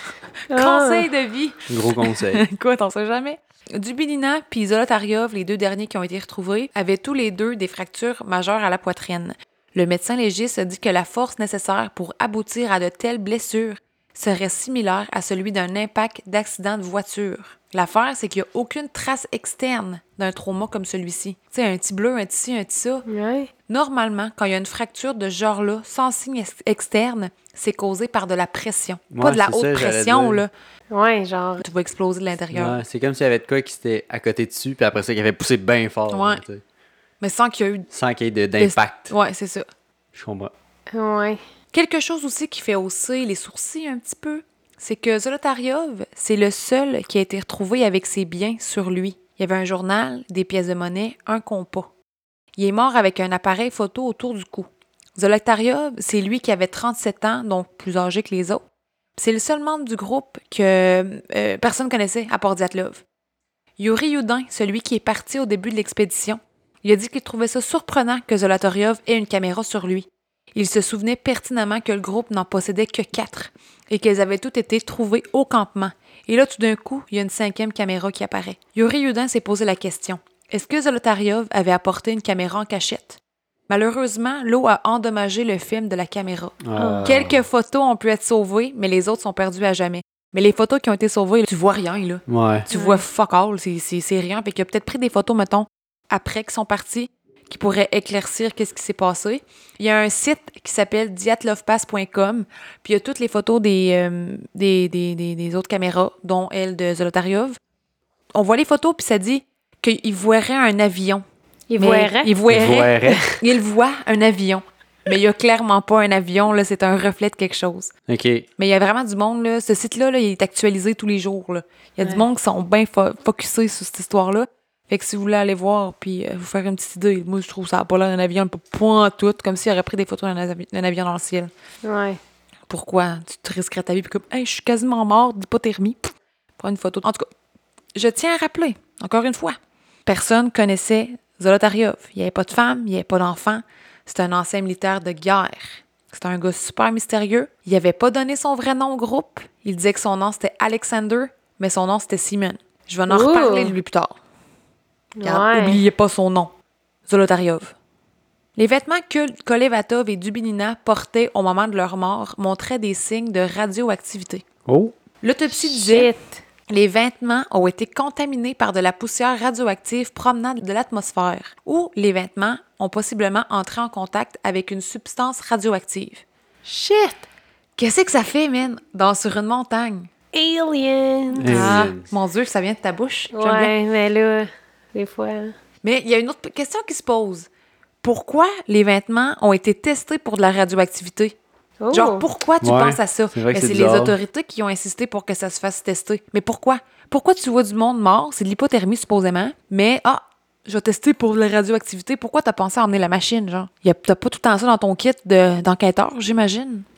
Ah. Conseil de vie! Gros conseil. Écoute, on sait jamais. Dubinina puis Zolotaryov, les deux derniers qui ont été retrouvés, avaient tous les deux des fractures majeures à la poitrine. Le médecin légiste a dit que la force nécessaire pour aboutir à de telles blessures serait similaire à celui d'un impact d'accident de voiture. L'affaire, c'est qu'il n'y a aucune trace externe d'un trauma comme celui-ci. Tu sais, un petit bleu, un petit ci, un petit ça. Ouais. Normalement, quand il y a une fracture de ce genre-là, sans signe ex- externe, c'est causé par de la pression. Pas Ouais, de la c'est haute ça, j'allais pression, dire. là. Ouais, genre. Tu vas exploser de l'intérieur. Ouais, c'est comme s'il y avait de quoi qui s'était à côté dessus, puis après ça, qui avait poussé bien fort. Ouais. là, tu sais. Mais sans qu'il y ait eu... Sans qu'il y ait de- d'impact. Ouais, c'est ça. Je comprends. Ouais. Quelque chose aussi qui fait hausser les sourcils un petit peu, c'est que Zolotaryov, c'est le seul qui a été retrouvé avec ses biens sur lui. Il y avait un journal, des pièces de monnaie, un compas. Il est mort avec un appareil photo autour du cou. Zolotaryov, c'est lui qui avait trente-sept ans, donc plus âgé que les autres. C'est le seul membre du groupe que euh, personne connaissait, à part Dyatlov. Yuri Yudin, celui qui est parti au début de l'expédition, il a dit qu'il trouvait ça surprenant que Zolotaryov ait une caméra sur lui. Il se souvenait pertinemment que le groupe n'en possédait que quatre et qu'elles avaient toutes été trouvées au campement. Et là, tout d'un coup, il y a une cinquième caméra qui apparaît. Yuri Yudin s'est posé la question. Est-ce que Zolotaryov avait apporté une caméra en cachette? Malheureusement, l'eau a endommagé le film de la caméra. Ah. Quelques photos ont pu être sauvées, mais les autres sont perdues à jamais. Mais les photos qui ont été sauvées, tu vois rien, là. Ouais. Tu vois fuck all, c'est, c'est, c'est rien. Fait qu'il a peut-être pris des photos, mettons, après qu'ils sont partis, qui pourraient éclaircir qu'est-ce qui s'est passé. Il y a un site qui s'appelle diatlovpass point com, puis il y a toutes les photos des, euh, des, des, des, des autres caméras, dont elle de Zolotaryov. On voit les photos, puis ça dit qu'il voirait un avion. Il Mais voirait. Il voirait. Voirait. Il voit un avion. Mais il n'y a clairement pas un avion, là, c'est un reflet de quelque chose. OK. Mais il y a vraiment du monde, là. Ce site-là, là, il est actualisé tous les jours, là. Il y a Ouais. du monde qui sont bien fo- focusés sur cette histoire-là. Fait que si vous voulez aller voir puis euh, vous faire une petite idée, moi, je trouve ça n'a pas l'air d'un avion, pas point en tout, comme s'il aurait pris des photos d'un, avi- d'un avion dans le ciel. Ouais. Pourquoi tu te risquerais ta vie? Puis comme, hey, je suis quasiment mort d'hypothermie. Pff, prends une photo. En tout cas, je tiens à rappeler, encore une fois, personne connaissait Zolotaryov. Il n'y avait pas de femme, il n'y avait pas d'enfant. C'était un ancien militaire de guerre. C'était un gars super mystérieux. Il n'avait pas donné son vrai nom au groupe. Il disait que son nom, c'était Alexander, mais son nom, c'était Simon. Je vais en Ouh. reparler de lui plus tard. Regarde, Ouais. oubliez pas son nom. Zolotaryov. Les vêtements que Kolevatov et Dubinina portaient au moment de leur mort montraient des signes de radioactivité. Oh. L'autopsie disait Shit. les vêtements ont été contaminés par de la poussière radioactive provenant de l'atmosphère ou les vêtements ont possiblement entré en contact avec une substance radioactive. Shit. Qu'est-ce que ça fait, man, dans sur une montagne? Aliens. Eh Ah, oui. mon Dieu, ça vient de ta bouche. J'aime bien. Ouais, mais là, des fois. Mais il y a une autre question qui se pose. Pourquoi les vêtements ont été testés pour de la radioactivité? Oh. Genre, pourquoi tu Ouais, penses à ça? c'est vrai que Ben, c'est c'est les bizarre. autorités qui ont insisté pour que ça se fasse tester. Mais pourquoi? Pourquoi tu vois du monde mort? C'est de l'hypothermie, supposément. Mais, ah, je vais tester pour de la radioactivité. Pourquoi t'as pensé à emmener la machine, genre? Y a, t'as pas tout le temps ça dans ton kit de, d'enquêteur, j'imagine?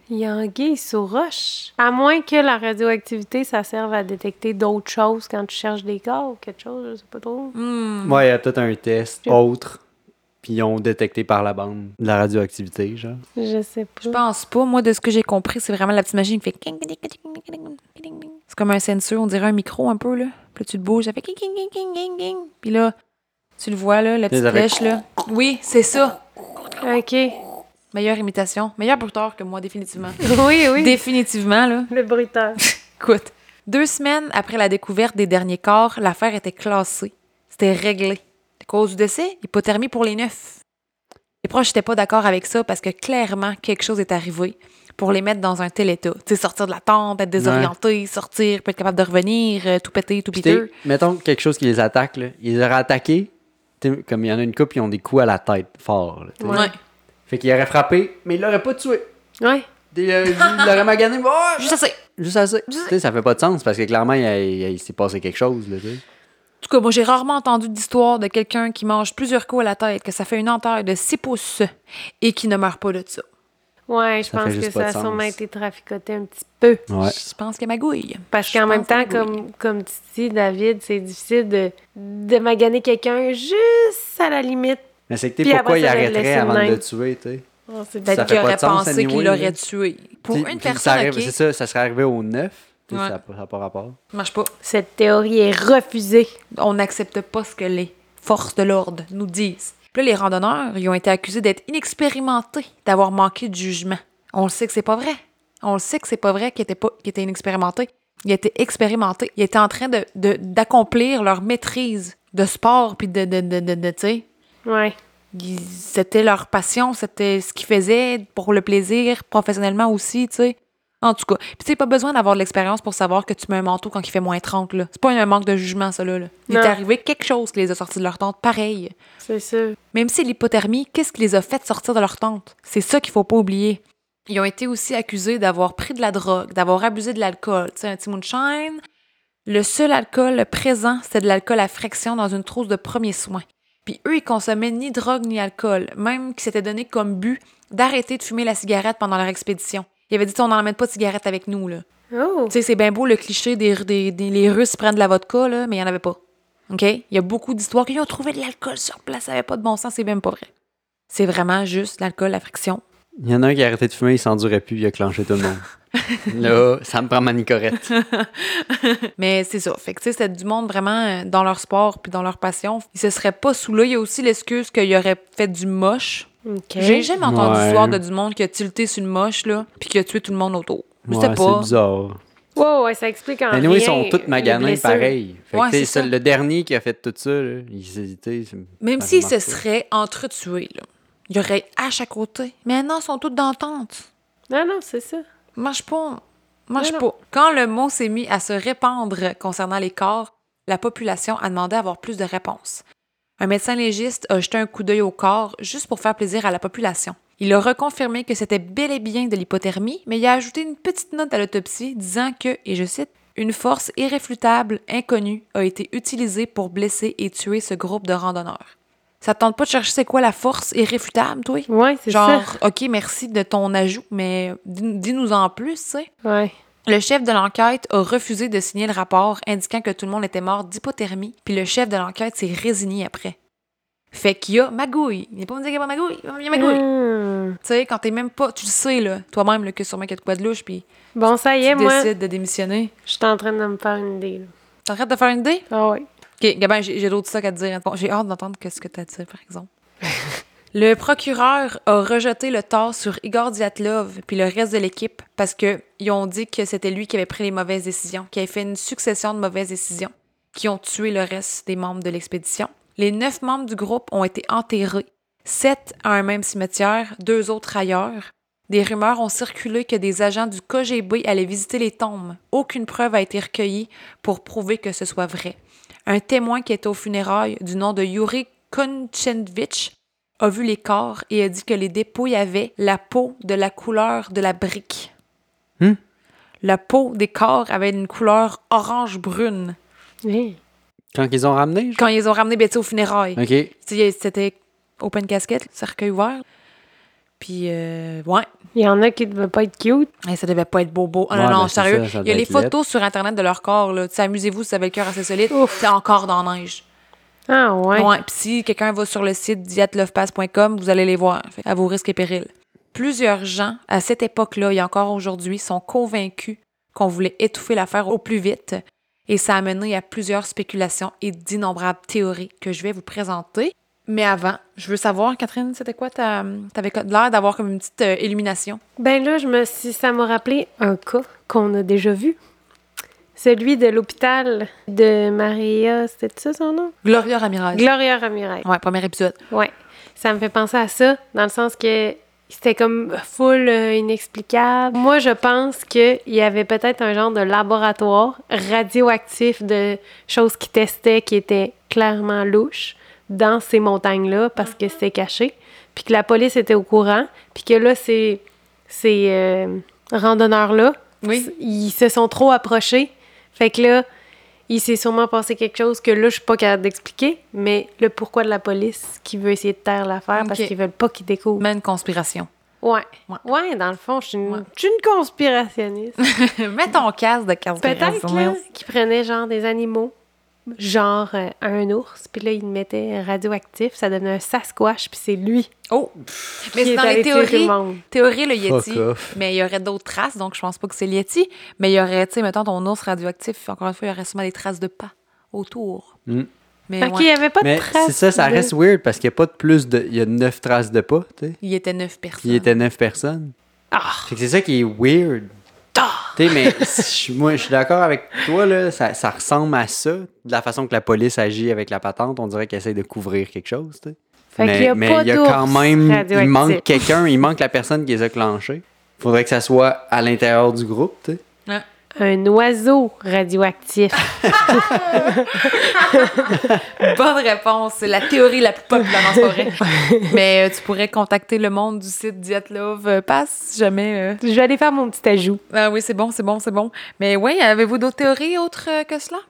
Il y a anguille sous roche. À moins que la radioactivité, ça serve à détecter d'autres choses quand tu cherches des corps ou quelque chose, je sais pas trop. Hmm. Ouais, il y a peut-être un test Je- autre, puis ils ont détecté par la bande de la radioactivité, genre. Je sais pas. Je pense pas. Moi, de ce que j'ai compris, c'est vraiment la petite machine qui fait... C'est comme un sensor, on dirait un micro un peu, là. Puis là, tu le bouges, ça fait... Puis là, tu le vois, là, la petite Ça fait- flèche, là. Oui, c'est ça. OK. Meilleure imitation. Meilleur bruiteur que moi, définitivement. Oui, oui. Définitivement, là. Le bruiteur. Écoute, deux semaines après la découverte des derniers corps, l'affaire était classée. C'était réglé. La cause du décès, hypothermie pour les neuf. Les proches n'étaient pas d'accord avec ça parce que clairement, quelque chose est arrivé pour les mettre dans un tel état. Tu sais, sortir de la tente, être désorienté, sortir, pas être capable de revenir, euh, tout péter, tout Puis piteux. t'sais, mettons quelque chose qui les attaque, là. Ils les auraient attaqués, t'sais, comme il y en a une couple, ils ont des coups à la tête fort. Là, t'sais. Ouais. Fait qu'ils auraient frappé, mais ils l'auraient pas tué. Ouais. Des, euh, ils l'auraient magané, oh, Juste assez. juste assez. T'sais, ça fait pas de sens parce que clairement, il, il- il s'est passé quelque chose. Là, t'sais. En tout cas, moi, j'ai rarement entendu d'histoire de quelqu'un qui mange plusieurs coups à la tête, que ça fait une entaille de six pouces et qui ne meurt pas de ça. Ouais, je Ça pense fait que juste ça pas a de sens. sûrement été traficoté un petit peu. Ouais. Je pense qu'il magouille. Parce Je qu'en même pense temps, que oui. comme, comme tu dis, David, c'est difficile de, de maganer quelqu'un juste à la limite. Mais c'est que t'es Puis pourquoi après il ça, je le arrêterait laisse avant de de le même. tuer, tu sais. Oh, c'est Peut-être Ça qu'il fait pas aurait de sens, pensé anyway, qu'il là. l'aurait tué. Pour Puis- une puis ça personne, arrive- OK, C'est ça, ça serait arrivé au neuf. Tu sais, Ouais. Ça n'a pas rapport. ça marche pas. Cette théorie est refusée. On n'accepte pas ce que les forces de l'ordre nous disent. Puis là, les randonneurs, ils ont été accusés d'être inexpérimentés, d'avoir manqué de jugement. On le sait que c'est pas vrai. On le sait que c'est pas vrai qu'ils étaient, pas, qu'ils étaient inexpérimentés. Ils étaient expérimentés. Ils étaient en train de, de- d'accomplir leur maîtrise de sport, puis de, de, de, de, de tu sais. Ouais. Ils- C'était leur passion, c'était ce qu'ils faisaient pour le plaisir, professionnellement aussi, tu sais. En tout cas. Puis tu sais, pas besoin d'avoir de l'expérience pour savoir que tu mets un manteau quand il fait moins trente, là. C'est pas un manque de jugement, ça, là. là. Il est Non. arrivé quelque chose qui les a sortis de leur tente, pareil. C'est sûr. Même si l'hypothermie, qu'est-ce qui les a fait sortir de leur tente? C'est ça qu'il faut pas oublier. Ils ont été aussi accusés d'avoir pris de la drogue, d'avoir abusé de l'alcool. Tu sais, un petit moonshine. Le seul alcool présent, c'était de l'alcool à fraction dans une trousse de premiers soins. Puis eux, ils consommaient ni drogue ni alcool, même qu'ils s'étaient donné comme but d'arrêter de fumer la cigarette pendant leur expédition. Ils avaient dit, on n'emmène pas de cigarette avec nous, là. Oh! Tu sais, c'est bien beau le cliché des, des, des- les Russes prennent de la vodka, là, mais il n'y en avait pas. OK? Il y a beaucoup d'histoires qu'ils ont trouvé de l'alcool sur place, ça n'avait pas de bon sens, c'est même pas vrai. C'est vraiment juste l'alcool à friction. Il y en a un qui a arrêté de fumer, il s'endurait plus, il a clenché tout le monde. Là, ça me prend ma nicorette. Mais c'est ça. Fait que, tu sais, c'était du monde vraiment euh, dans leur sport puis dans leur passion. Ils se seraient pas saoulés. Il y a aussi l'excuse qu'il aurait fait du moche. OK. J'ai jamais entendu Ouais. l'histoire de du monde qui a tilté sur une moche, là, puis qui a tué tout le monde autour. Je sais Ouais, pas. c'est bizarre. Wow, ouais, ça explique en Mais rien. nous, ils sont tous les maganés blessures. pareil. Fait que, Ouais, tu sais, c'est ça. le dernier qui a fait tout ça, là, il hésitait. Même ça s'ils marche se pas. seraient entretués, là. Il y aurait H à côté. Mais non, ils sont tous d'entente. Non, non, c'est ça. Marche pas. Marche Non, pas. Quand le mot s'est mis à se répandre concernant les corps, la population a demandé à avoir plus de réponses. Un médecin légiste a jeté un coup d'œil au corps juste pour faire plaisir à la population. Il a reconfirmé que c'était bel et bien de l'hypothermie, mais il a ajouté une petite note à l'autopsie disant que, et je cite, « Une force irréfutable, inconnue, a été utilisée pour blesser et tuer ce groupe de randonneurs. » Ça te tente pas de chercher c'est quoi la force irréfutable, toi? Ouais, c'est Genre, ça. OK, merci de ton ajout, mais dis- dis-nous en plus, tu sais. Ouais. Le chef de l'enquête a refusé de signer le rapport indiquant que tout le monde était mort d'hypothermie, puis le chef de l'enquête s'est résigné après. Fait qu'il y a magouille. Il n'est pas me dire qu'il y a pas magouille, il y a magouille. Hmm. Tu sais, quand t'es même pas... Tu le sais, là, toi-même, là, que sûrement qu'il y a de quoi de louche, puis Bon, ça y est, tu moi, décides de démissionner. je suis en train de me faire une idée. là. T'es en train de te faire une idée? Ah ouais. OK, Gabin, j'ai, j'ai d'autres trucs à te dire. Bon, j'ai hâte d'entendre ce que t'as à dire, par exemple. Le procureur a rejeté le tort sur Igor Dyatlov puis le reste de l'équipe parce qu'ils ont dit que c'était lui qui avait pris les mauvaises décisions, qui avait fait une succession de mauvaises décisions qui ont tué le reste des membres de l'expédition. Les neuf membres du groupe ont été enterrés, sept à un même cimetière, deux autres ailleurs. Des rumeurs ont circulé que des agents du K G B allaient visiter les tombes. Aucune preuve a été recueillie pour prouver que ce soit vrai. Un témoin qui était aux funérailles du nom de Yuri Konchenvitch a vu les corps et a dit que les dépouilles avaient la peau de la couleur de la brique. Hmm? La peau des corps avait une couleur orange-brune. Oui. Quand ils ont ramené, genre? Quand ils ont ramené Betty aux funérailles. OK. Tu sais, c'était open casket, cercueil ouvert. Puis, euh, ouais. Il y en a qui ne devaient pas être cute. Hey, ça devait pas être beau-beau. Oh, Ouais, non, non, ben, c'est sérieux. ça, ça Il y a devait les être laid. photos sur Internet de leur corps. Là. Tu sais, amusez-vous si vous avez le cœur assez solide. Ouf. C'est encore dans la neige. Ah ouais. Ouais. Puis si quelqu'un va sur le site diète love pass point com, vous allez les voir. Fait, à vos risques et périls. Plusieurs gens, à cette époque-là et encore aujourd'hui, sont convaincus qu'on voulait étouffer l'affaire au plus vite. Et ça a mené à plusieurs spéculations et d'innombrables théories que je vais vous présenter. Mais avant, je veux savoir, Catherine, c'était quoi? Ta... T'avais l'air d'avoir comme une petite euh, illumination. Ben là, je me suis, ça m'a rappelé un cas qu'on a déjà vu. Celui de l'hôpital de Maria, c'était ça son nom? Gloria Ramirez. Gloria Ramirez. Ouais, premier épisode. Ouais. Ça me fait penser à ça, dans le sens que c'était comme full euh, inexplicable. Moi, je pense qu'il y avait peut-être un genre de laboratoire radioactif de choses qui testaient qui étaient clairement louches dans ces montagnes-là parce que c'était caché, puis que la police était au courant, puis que là, ces, ces euh, randonneurs-là, Oui. ils se sont trop approchés. Fait que là, il s'est sûrement passé quelque chose que là, je suis pas capable d'expliquer, mais le pourquoi de la police qui veut essayer de taire l'affaire parce Ok. qu'ils veulent pas qu'ils découvrent. Mais une conspiration. Ouais. Ouais. Ouais, dans le fond, je suis une, Ouais. je suis une conspirationniste. Mets ton casque de conspiration. Peut-être là, qu'ils prenaient genre des animaux, genre euh, un ours, puis là, ils le mettaient radioactif, ça donnait un Sasquatch, puis c'est lui Oh! Mais qui c'est est dans les allé tuer tout le théories. monde. Théorie, le Yeti. Fuck off. Mais il y aurait d'autres traces, donc je pense pas que c'est le Yeti. Mais il y aurait, tu sais, mettons ton ours radioactif, encore une fois, il y aurait sûrement des traces de pas autour. Mm. Mais Ok, ouais, il n'y avait pas de Mais traces. c'est ça, ça de- reste weird parce qu'il n'y a pas de plus de. Il y a neuf traces de pas, tu sais. il était neuf personnes. Il était neuf personnes. Ah! Fait que c'est ça qui est weird. Tu sais, mais je- moi, je suis d'accord avec toi, là. Ça, ça ressemble à ça. De la façon que la police agit avec la patente, on dirait qu'elle essaie de couvrir quelque chose, tu sais. Fait mais qu'il y a mais pas il y a d'ours quand même. Il radioactif. manque quelqu'un, il manque la personne qui les a clenchés. Faudrait que ça soit à l'intérieur du groupe, tu sais. Un oiseau radioactif. Bonne réponse. C'est la théorie la plus populaire en forêt. Mais euh, tu pourrais contacter le monde du site Diet Love euh, Pass si jamais. euh, Je vais aller faire mon petit ajout. Ah oui, c'est bon, c'est bon, c'est bon. Mais oui, avez-vous d'autres théories autres euh, que cela?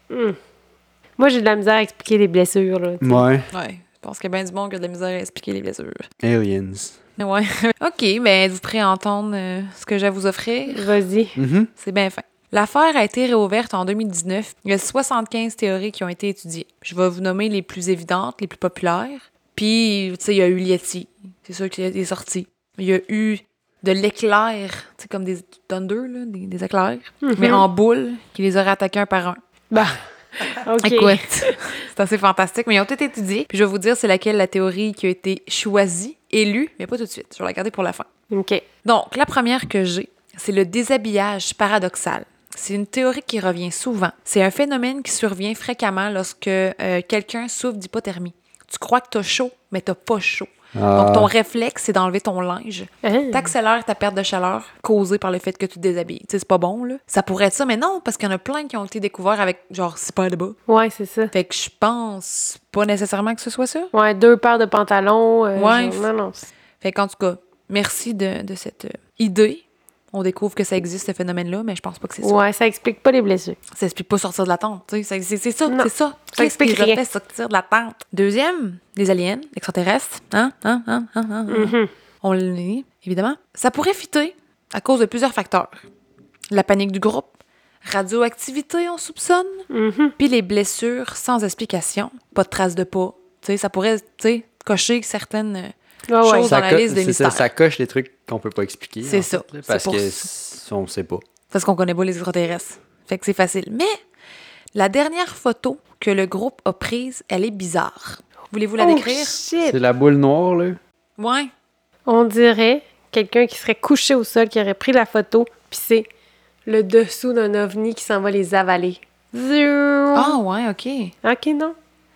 Moi, j'ai de la misère à expliquer les blessures, là. tu sais. Ouais. Oui, je pense qu'il y a bien du monde qui a de la misère à expliquer les blessures. Aliens. Ouais. OK, mais êtes-vous prêts à entendre euh, ce que j'ai à vous offrir? Vas-y. Mhm. C'est bien fin. L'affaire a été réouverte en deux mille dix-neuf. Il y a soixante-quinze théories qui ont été étudiées. Je vais vous nommer les plus évidentes, les plus populaires. Puis, tu sais, il y a eu l'Yeti. C'est sûr qu'il est sorti. Il y a eu de l'éclair, tu sais, comme des thunder, là, des, des éclairs, mais en boule, qui les aurait attaqués un par un. Bah. OK. Écoute, c'est assez fantastique, mais ils ont tout étudié. Puis je vais vous dire c'est laquelle la théorie qui a été choisie, élue, mais pas tout de suite. Je vais la garder pour la fin. OK. Donc, la première que j'ai, c'est le déshabillage paradoxal. C'est une théorie qui revient souvent. C'est un phénomène qui survient fréquemment lorsque euh, quelqu'un souffre d'hypothermie. Tu crois que t'as chaud, mais t'as pas chaud. Ah. Donc, ton réflexe, c'est d'enlever ton linge. Hein? T'accélères ta perte de chaleur causée par le fait que tu te déshabilles. Tu sais, c'est pas bon, là. Ça pourrait être ça, mais non, parce qu'il y en a plein qui ont été découverts avec, genre, six paires de bas. Ouais, c'est ça. Fait que je pense pas nécessairement que ce soit ça. Ouais, deux paires de pantalons. euh, Ouais. genre, non, non. c'est- Fait qu'en tout cas, merci de, de cette euh, idée. On découvre que ça existe, ce phénomène-là, mais je pense pas que c'est ça. Ouais, ça explique pas les blessures. Ça explique pas sortir de la tente. tu sais. C'est c'est- c'est ça, Non, c'est ça. ça Qu'est-ce qui explique les a rien. fait sortir de la tente? Deuxième, les aliens, extraterrestres. Hein? Hein? Hein? Hein? Hein? hein. Mhm. On le nie, évidemment. Ça pourrait fitter à cause de plusieurs facteurs. La panique du groupe, radioactivité, on soupçonne, Mhm. puis les blessures sans explication, pas de traces de pas. Tu sais, ça pourrait, tu sais, cocher certaines euh, Ouais, ouais. choses dans la co- liste des c'est ça, mystères. ça coche les trucs qu'on peut pas expliquer. C'est en ça. fait, là, C'est parce pour que ça. s- on sait pas. Parce qu'on connaît pas les extraterrestres. Fait que c'est facile. Mais la dernière photo que le groupe a prise, elle est bizarre. Voulez-vous la Oh, décrire? shit. C'est la boule noire, là. Ouais. On dirait quelqu'un qui serait couché au sol, qui aurait pris la photo, puis c'est le dessous d'un ovni qui s'en va les avaler. Ziou. Ah ouais, OK. OK, non?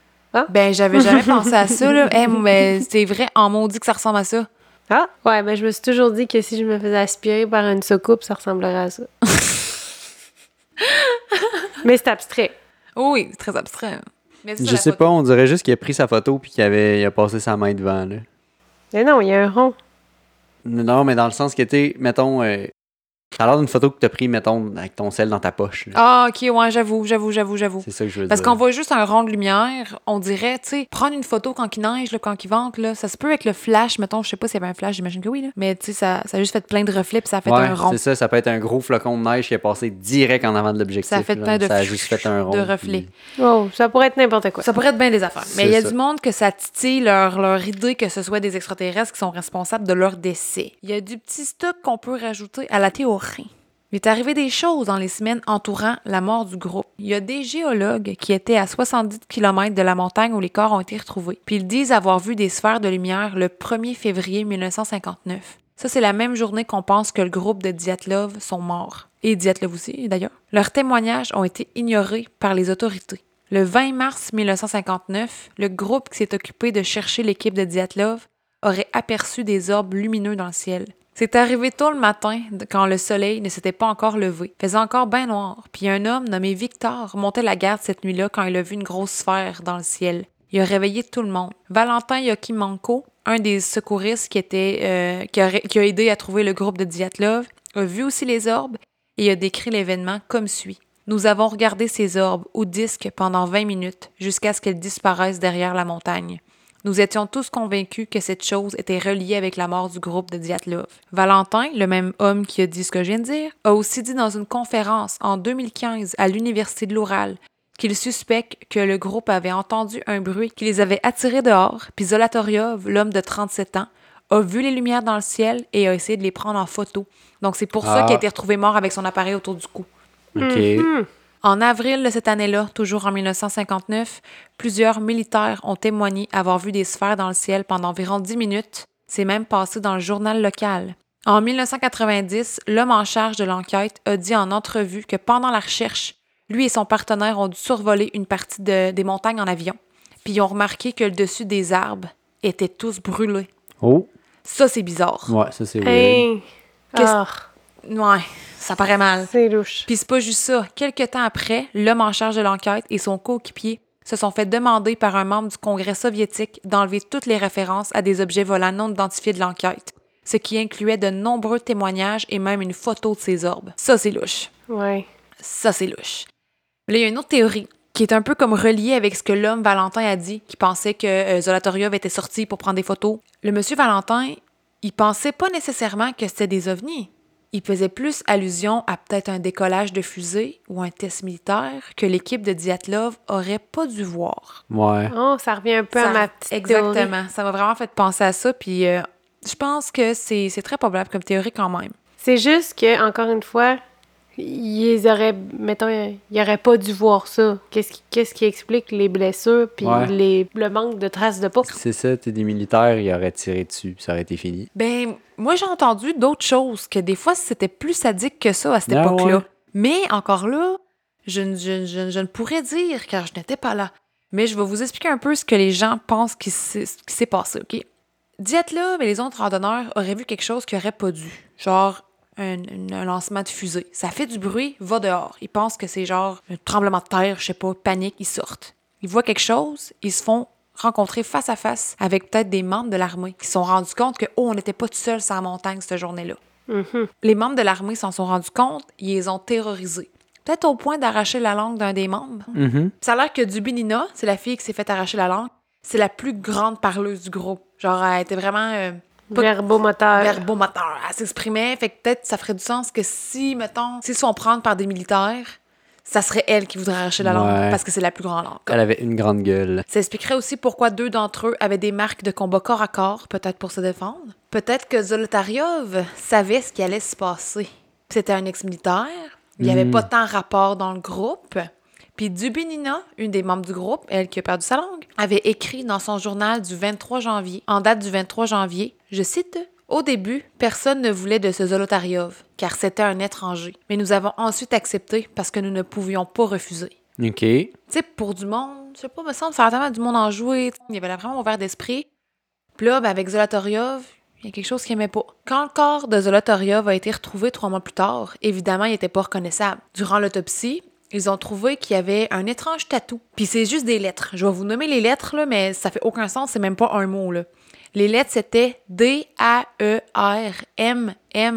Ben, j'avais jamais pensé à ça, là. Hey, mais c'est vrai, en maudit que ça ressemble à ça. Ah, ouais, ben je me suis toujours dit que si je me faisais aspirer par une soucoupe, ça ressemblerait à ça. Mais c'est abstrait. Oh oui, c'est très abstrait. Mais c'est ça, Je la sais photo. pas, on dirait juste qu'il a pris sa photo puis qu'il avait, il a passé sa main devant, là. Mais non, il y a un rond. Non, mais dans le sens que, tu sais, mettons, euh, Ça a l'air d'une photo que t'as pris, mettons, avec ton sel dans ta poche. là. Ah, OK, ouais, j'avoue, j'avoue, j'avoue, j'avoue. C'est ça que je veux Parce dire. qu'on voit juste un rond de lumière, on dirait, tu sais, prendre une photo quand il neige, là, quand il vente, là, ça se peut avec le flash, mettons, je sais pas s'il y avait un flash, j'imagine que oui, là. Mais tu sais, ça, ça a juste fait plein de reflets, puis ça a fait Ouais, un rond. c'est ça, ça peut être un gros flocon de neige qui est passé direct en avant de l'objectif. Ça a fait là. plein de Ça a juste fait un rond. de reflets. Oh, ça pourrait être n'importe quoi. Ça pourrait être bien des affaires. Mais C'est il y a ça. du monde que ça titille leur, leur idée que ce soit des extraterrestres qui sont responsables de leur décès. Il y a du petit stock qu'on peut rajouter à la théorie. Il est arrivé des choses dans les semaines entourant la mort du groupe. Il y a des géologues qui étaient à soixante-dix kilomètres de la montagne où les corps ont été retrouvés. Puis ils disent avoir vu des sphères de lumière le premier février mille neuf cent cinquante-neuf. Ça, c'est la même journée qu'on pense que le groupe de Dyatlov sont morts. Et Dyatlov aussi, d'ailleurs. Leurs témoignages ont été ignorés par les autorités. Le vingt mars mille neuf cent cinquante-neuf, le groupe qui s'est occupé de chercher l'équipe de Dyatlov aurait aperçu des orbes lumineux dans le ciel. C'est arrivé tôt le matin, quand le soleil ne s'était pas encore levé. Il faisait encore bien noir, puis un homme nommé Victor montait la garde cette nuit-là quand il a vu une grosse sphère dans le ciel. Il a réveillé tout le monde. Valentin Yokimenko, un des secouristes qui, était, euh, qui, a, qui a aidé à trouver le groupe de Dyatlov, a vu aussi les orbes et a décrit l'événement comme suit. Nous avons regardé ces orbes ou disques pendant vingt minutes jusqu'à ce qu'elles disparaissent derrière la montagne. Nous étions tous convaincus que cette chose était reliée avec la mort du groupe de Dyatlov. Valentin, le même homme qui a dit ce que je viens de dire, a aussi dit dans une conférence en deux mille quinze à l'Université de l'Oural qu'il suspecte que le groupe avait entendu un bruit qui les avait attirés dehors, puis Zolotaryov, l'homme de trente-sept ans, a vu les lumières dans le ciel et a essayé de les prendre en photo. Donc c'est pour ça Ah. qu'il a été retrouvé mort avec son appareil autour du cou. OK. Mhm. En avril de cette année-là, toujours en mille neuf cent cinquante-neuf, plusieurs militaires ont témoigné avoir vu des sphères dans le ciel pendant environ dix minutes. C'est même passé dans le journal local. En mille neuf cent quatre-vingt-dix, l'homme en charge de l'enquête a dit en entrevue que pendant la recherche, lui et son partenaire ont dû survoler une partie de- des montagnes en avion. Puis ils ont remarqué que le dessus des arbres était tous brûlés. Oh, Ça, c'est bizarre. ouais, ça c'est weird. Hey. Qu'est-ce- Ah, Ouais, ça paraît mal. c'est louche. Puis c'est pas juste ça. Quelques temps après, l'homme en charge de l'enquête et son coéquipier se sont fait demander par un membre du Congrès soviétique d'enlever toutes les références à des objets volants non identifiés de l'enquête, ce qui incluait de nombreux témoignages et même une photo de ces orbes. Ça, c'est louche. Ouais. Ça, c'est louche. Là, il y a une autre théorie qui est un peu comme reliée avec ce que l'homme Valentin a dit, qui pensait que euh, Zolotaryov était sorti pour prendre des photos. Le monsieur Valentin, il pensait pas nécessairement que c'était des ovnis. Il faisait plus allusion à peut-être un décollage de fusée ou un test militaire que l'équipe de Dyatlov aurait pas dû voir. Ouais. Oh, ça revient un peu Ça- à ma petite théorie. Exactement. Ça m'a vraiment fait penser à ça, puis euh, je pense que c'est c'est très probable comme théorie quand même. C'est juste que, encore une fois, ils auraient, mettons, ils auraient pas dû voir ça. Qu'est-ce qui, qu'est-ce qui explique les blessures puis Ouais. les, le manque de traces de pas? C'est ça, t'es des militaires, ils auraient tiré dessus, puis ça aurait été fini. Ben, moi, j'ai entendu d'autres choses, que des fois, c'était plus sadique que ça à cette Ah époque-là. ouais? Mais encore là, je, ne- je, je- je ne pourrais dire, car je n'étais pas là. Mais je vais vous expliquer un peu ce que les gens pensent qui s'est qui s'est passé, OK? Dyatlov et les autres randonneurs auraient vu quelque chose qu'ils n'auraient pas dû. Genre un, un- un lancement de fusée. Ça fait du bruit, va dehors. Ils pensent que c'est genre un tremblement de terre, je sais pas, panique, ils sortent. Ils voient quelque chose, ils se font rencontrer face à face avec peut-être des membres de l'armée qui se sont rendus compte que, oh, on n'était pas tout seul sur la montagne cette journée-là. Mhm. Les membres de l'armée s'en sont rendus compte, ils les ont terrorisés. Peut-être au point d'arracher la langue d'un des membres. Mhm. Ça a l'air que Dubinina, c'est la fille qui s'est fait arracher la langue, c'est la plus grande parleuse du groupe. Genre, elle était vraiment euh, pas de Verbomoteur. verbomoteur. Elle s'exprimait, fait que peut-être ça ferait du sens que si, mettons, s'ils se font prendre par des militaires, ça serait elle qui voudrait arracher la langue Ouais. parce que c'est la plus grande langue. Elle avait une grande gueule. Ça expliquerait aussi pourquoi deux d'entre eux avaient des marques de combat corps à corps, peut-être pour se défendre. Peut-être que Zolotaryov savait ce qui allait se passer. C'était un ex-militaire, il n'y avait Mm. pas tant rapport dans le groupe. Puis Dubinina, une des membres du groupe, elle qui a perdu sa langue, avait écrit dans son journal du vingt-trois janvier, en date du vingt-trois janvier, je cite, « Au début, personne ne voulait de ce Zolotaryov, car c'était un étranger. Mais nous avons ensuite accepté parce que nous ne pouvions pas refuser. » OK. Tu sais, pour du monde, je sais pas, me semble, ça a tellement du monde en jouer. Il y avait vraiment ouvert d'esprit. Puis là, ben, avec Zolotaryov, il y a quelque chose qu'il aimait pas. Quand le corps de Zolotaryov a été retrouvé trois mois plus tard, évidemment, il était pas reconnaissable. Durant l'autopsie, ils ont trouvé qu'il y avait un étrange tatou. Puis c'est juste des lettres. Je vais vous nommer les lettres, là, mais ça fait aucun sens, c'est même pas un mot, là. Les lettres, c'était D A E R M M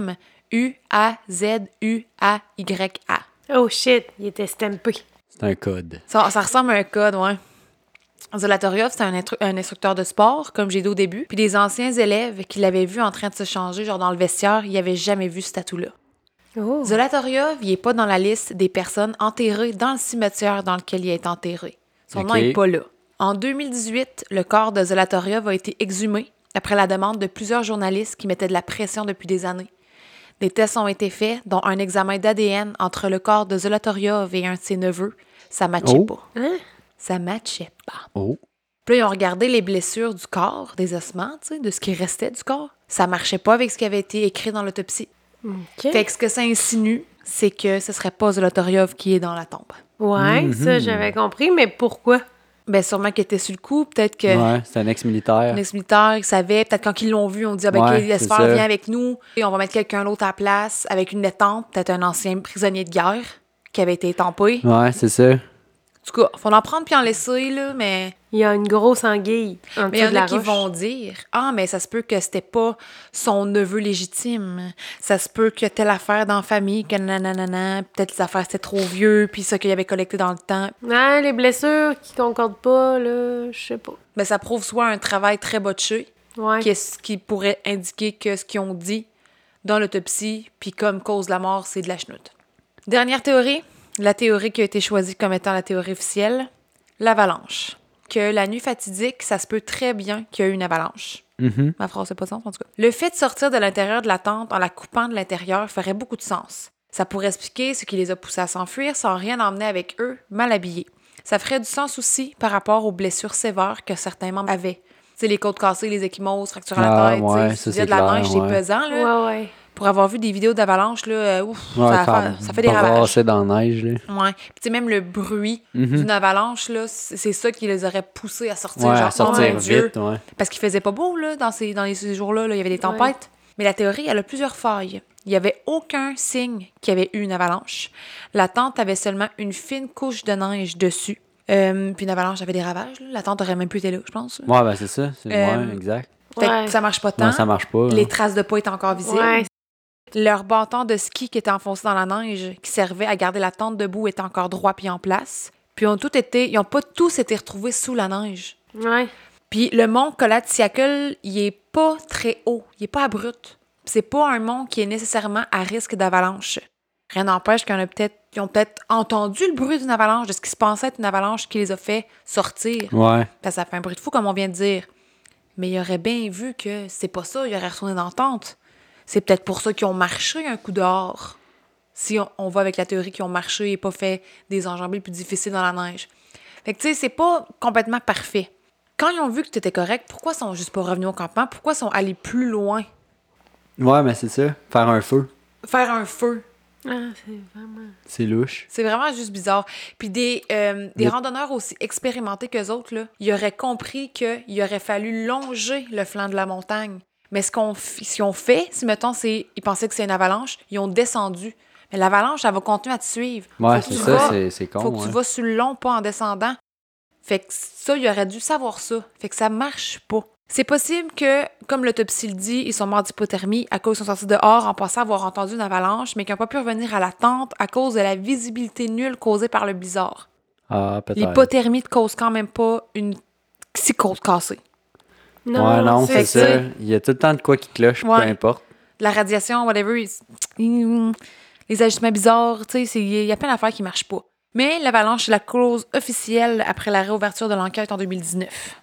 U A Z U A Y A. Oh shit, il était stampé. C'est un code. Ça, ça ressemble à un code, ouais. Zolotaryov, c'était un, instru- un instructeur de sport, comme j'ai dit au début. Puis des anciens élèves qui l'avaient vu en train de se changer, genre dans le vestiaire, ils n'avaient jamais vu ce tatou-là. Oh. Zolotaryov, il n'est pas dans la liste des personnes enterrées dans le cimetière dans lequel il est enterré. Son Ok. nom n'est pas là. En deux mille dix-huit, le corps de Zolotaryov a été exhumé après la demande de plusieurs journalistes qui mettaient de la pression depuis des années. Des tests ont été faits, dont un examen d'A D N entre le corps de Zolotaryov et un de ses neveux. Ça matchait Oh. pas. Hein? Ça matchait pas. Oh. Puis là, ils ont regardé les blessures du corps, des ossements, tu sais, de ce qui restait du corps. Ça marchait pas avec ce qui avait été écrit dans l'autopsie. OK. Fait que ce que ça insinue, c'est que ce serait pas Zolotaryov qui est dans la tombe. Ouais, Mhm. ça, j'avais compris, mais pourquoi? Ben sûrement qu'il était sur le coup, peut-être que Ouais, c'est un ex-militaire. les militaires, ils savaient, peut-être quand ils l'ont vu, on dit ah, ben, Ouais, OK, laisse c'est faire, ça. viens avec nous, et on va mettre quelqu'un d'autre à la place avec une détente, peut-être un ancien prisonnier de guerre qui avait été étampé. Ouais, c'est ça. En tout cas, faut en prendre puis en laisser, là, mais Il y a une grosse anguille en mais il y dessous en de la a qui roche. vont dire ah, mais ça se peut que c'était pas son neveu légitime. Ça se peut que telle affaire dans la famille, que nanana, peut-être les affaires c'était trop vieux, puis ça qu'il avait collecté dans le temps. Ah, les blessures qui concordent pas, là, je sais pas. Mais ça prouve soit un travail très botché, Ouais. qui, est- qui pourrait indiquer que ce qu'ils ont dit dans l'autopsie, puis comme cause de la mort, c'est de la chenoute. Dernière théorie, la théorie qui a été choisie comme étant la théorie officielle, l'avalanche. Que la nuit fatidique, ça se peut très bien qu'il y ait eu une avalanche. Mhm. Ma phrase, c'est pas de sens, en tout cas. Le fait de sortir de l'intérieur de la tente en la coupant de l'intérieur ferait beaucoup de sens. Ça pourrait expliquer ce qui les a poussés à s'enfuir sans rien emmener avec eux, mal habillés. Ça ferait du sens aussi par rapport aux blessures sévères que certains membres avaient. Tu sais, les côtes cassées, les échymoses, fractures à Ah, la tête, ouais, tu sais, ça, s'il y a c'est de la clair, neige, c'est ouais. pesant, là. Ouais, ouais. Pour avoir vu des vidéos d'avalanche, là, euh, ouf, Ouais, ça, faire fait, ça fait des ravages. brasser dans la neige, là. Ouais. Puis tu sais, même le bruit Mhm. d'une avalanche, là, c'est c'est ça qui les aurait poussés à sortir. Ouais, genre, à sortir oh mon Dieu. vite, ouais. Parce qu'il faisait pas beau, là, dans ces, dans les- ces jours-là. Là. Il y avait des tempêtes. Mais la théorie, elle a plusieurs failles. Il n'y avait aucun signe qu'il y avait eu une avalanche. La tente avait seulement une fine couche de neige dessus. Euh, puis une avalanche avait des ravages. Là. La tente aurait même plus été là, je pense. là. Ouais, ben c'est ça. C'est... Euh, Ouais, exact. Fait que Ouais. ça marche pas tant. Non, ça marche pas. Les hein. traces de pas étaient encore visibles. Ouais. Leur bâton de ski qui était enfoncé dans la neige, qui servait à garder la tente debout, était encore droit puis en place. Puis ils ont tout été, ils ont pas tous été retrouvés sous la neige. Ouais. Puis le mont Colat-Siakul, il est pas très haut, il est pas abrupt. C'est pas un mont qui est nécessairement à risque d'avalanche. Rien n'empêche qu'ils ont peut-être, ils ont peut-être entendu le bruit d'une avalanche, de ce qui se pensait être une avalanche qui les a fait sortir. Ouais. Parce que ça fait un bruit de fou, comme on vient de dire. Mais il aurait bien vu que c'est pas ça, il aurait retourné dans la tente. C'est peut-être pour ça qu'ils ont marché un coup dehors. Si on, on va avec la théorie qu'ils ont marché et pas fait des enjambées plus difficiles dans la neige. Fait que tu sais, c'est pas complètement parfait. Quand ils ont vu que tu étais correct, pourquoi ils sont juste pas revenus au campement? Pourquoi ils sont allés plus loin? Ouais, mais c'est ça. Faire un feu. Faire un feu. Ah, c'est vraiment... C'est louche. C'est vraiment juste bizarre. Puis des, euh, des Mais- randonneurs aussi expérimentés qu'eux autres, là, ils auraient compris qu'il aurait fallu longer le flanc de la montagne. Mais ce qu'on f- ce qu'ils ont fait, si mettons, c'est ils pensaient que c'est une avalanche, ils ont descendu. Mais l'avalanche, elle va continuer à te suivre. Ouais, Faut que c'est tu ça, vas- c'est, c'est con. Faut que tu ouais. vas sur le long, pas en descendant. Fait que ça, il aurait dû savoir ça. Fait que ça marche pas. C'est possible que, comme l'autopsie le dit, ils sont morts d'hypothermie à cause qu'ils sont sortis dehors en pensant avoir entendu une avalanche, mais qu'ils n'ont pas pu revenir à la tente à cause de la visibilité nulle causée par le blizzard. Ah, peut-être. L'hypothermie ne cause quand même pas une psychose cassée. Non, ouais, non, c'est, c'est ça. ça. Il y a tout le temps de quoi qui cloche, Ouais. peu importe. La radiation, whatever, ils- ils- les ajustements bizarres, tu sais, c'est- il y a plein d'affaires qui marchent pas. Mais l'avalanche est la cause officielle après la réouverture de l'enquête en deux mille dix-neuf.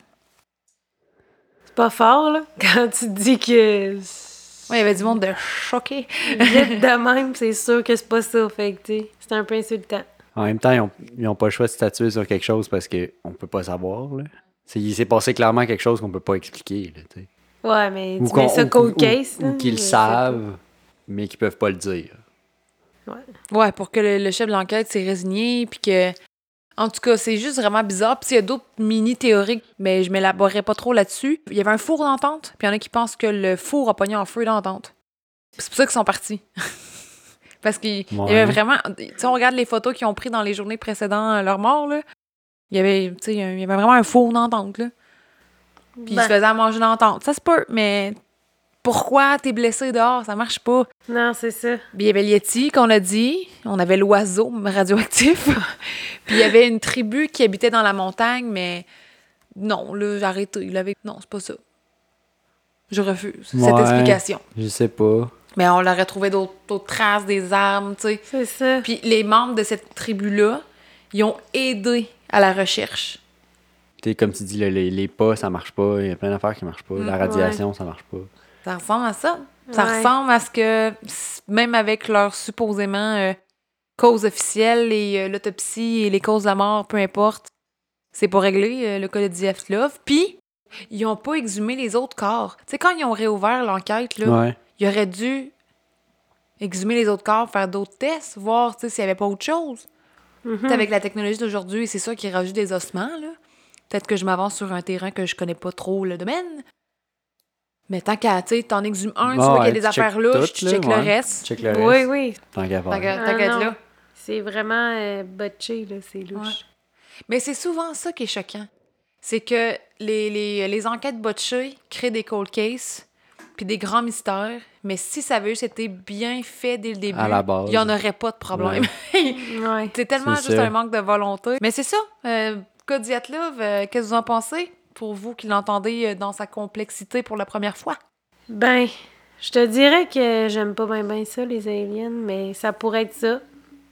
c'est pas fort, là, quand tu dis que... Ouais, il y avait du monde de choqué. Vite de même, c'est sûr que c'est pas ça. Fait que, tu sais, c'est un peu insultant. En même temps, ils ont, ils ont pas le choix de statuer sur quelque chose parce qu'on peut pas savoir. Là. C'est, il s'est passé clairement quelque chose qu'on peut pas expliquer. Là, tu sais. Ouais, mais tu qu'on- mets ça ou- cold ou- case. Ou, là, qu'ils le je sais savent, mais qu'ils peuvent pas le dire. pas. Ouais. Ouais, pour que le, le chef de l'enquête s'est résigné, puis que... En tout cas, c'est juste vraiment bizarre. Puis il y a d'autres mini-théories, mais je m'élaborerai pas trop là-dessus. Il y avait un four dans la tente, puis il y en a qui pensent que le four a pogné en feu dans la tente. C'est pour ça qu'ils sont partis. Parce qu'il il y Ouais. avait vraiment... Tu sais, on regarde les photos qu'ils ont prises dans les journées précédant leur mort, là. Il y avait, tu sais, il y avait vraiment un four dans la tente, là. Puis Ben, ils se faisaient à manger dans la tente. Ça se peut, mais Pourquoi t'es blessé dehors? Ça marche pas. Non, c'est ça. Puis il y avait Yeti, qu'on a dit. On avait l'oiseau radioactif. Puis il y avait une tribu qui habitait dans la montagne, mais non, là, j'ai arrêté. Il avait... Non, c'est pas ça. Je refuse cette Ouais. explication. Je sais pas. Mais on leur a trouvé d'autres, d'autres traces, des armes, tu sais. C'est ça. Puis les membres de cette tribu-là, ils ont aidé à la recherche. T'sais, comme tu dis, là, les, les pas, ça marche pas. Il y a plein d'affaires qui marchent pas. La radiation, ça marche pas. Ça ressemble à ça. Ça Ouais. ressemble à ce que, même avec leur supposément euh, cause officielle, et euh, l'autopsie et les causes de la mort, peu importe, c'est pas réglé, euh, le cas de Dyatlov. Puis, ils ont pas exhumé les autres corps. Tu sais, quand ils ont réouvert l'enquête, là, Ouais. ils auraient dû exhumer les autres corps, faire d'autres tests, voir tu sais, s'il y avait pas autre chose. Mhm. Tu sais, avec la technologie d'aujourd'hui, c'est ça qui rajoute des ossements, là. Peut-être que je m'avance sur un terrain que je connais pas trop le domaine. Mais tant qu'à, tu sais, t'en exhumes un, tu Ah vois qu'il y a ouais, des tu checkes affaires là, tout, tu là, checkes ouais. le reste. Check le reste. Oui, oui. Tant qu'à Tant faire. qu'à Ah, tant qu'à être non. là. C'est vraiment euh, botché, là. C'est louche. Ouais. Mais c'est souvent ça qui est choquant. C'est que les, les, les enquêtes botchées créent des cold cases puis des grands mystères. Mais si ça avait juste été bien fait dès le début, À la base. il n'y en aurait pas de problème. Ouais. c'est tellement C'est juste ça. un manque de volonté. Mais c'est ça. Euh, cas Dyatlov, euh, qu'est-ce que vous en pensez pour vous qui l'entendez euh, dans sa complexité pour la première fois? Ben, je te dirais que j'aime pas bien ben ça, les aliens, mais ça pourrait être ça.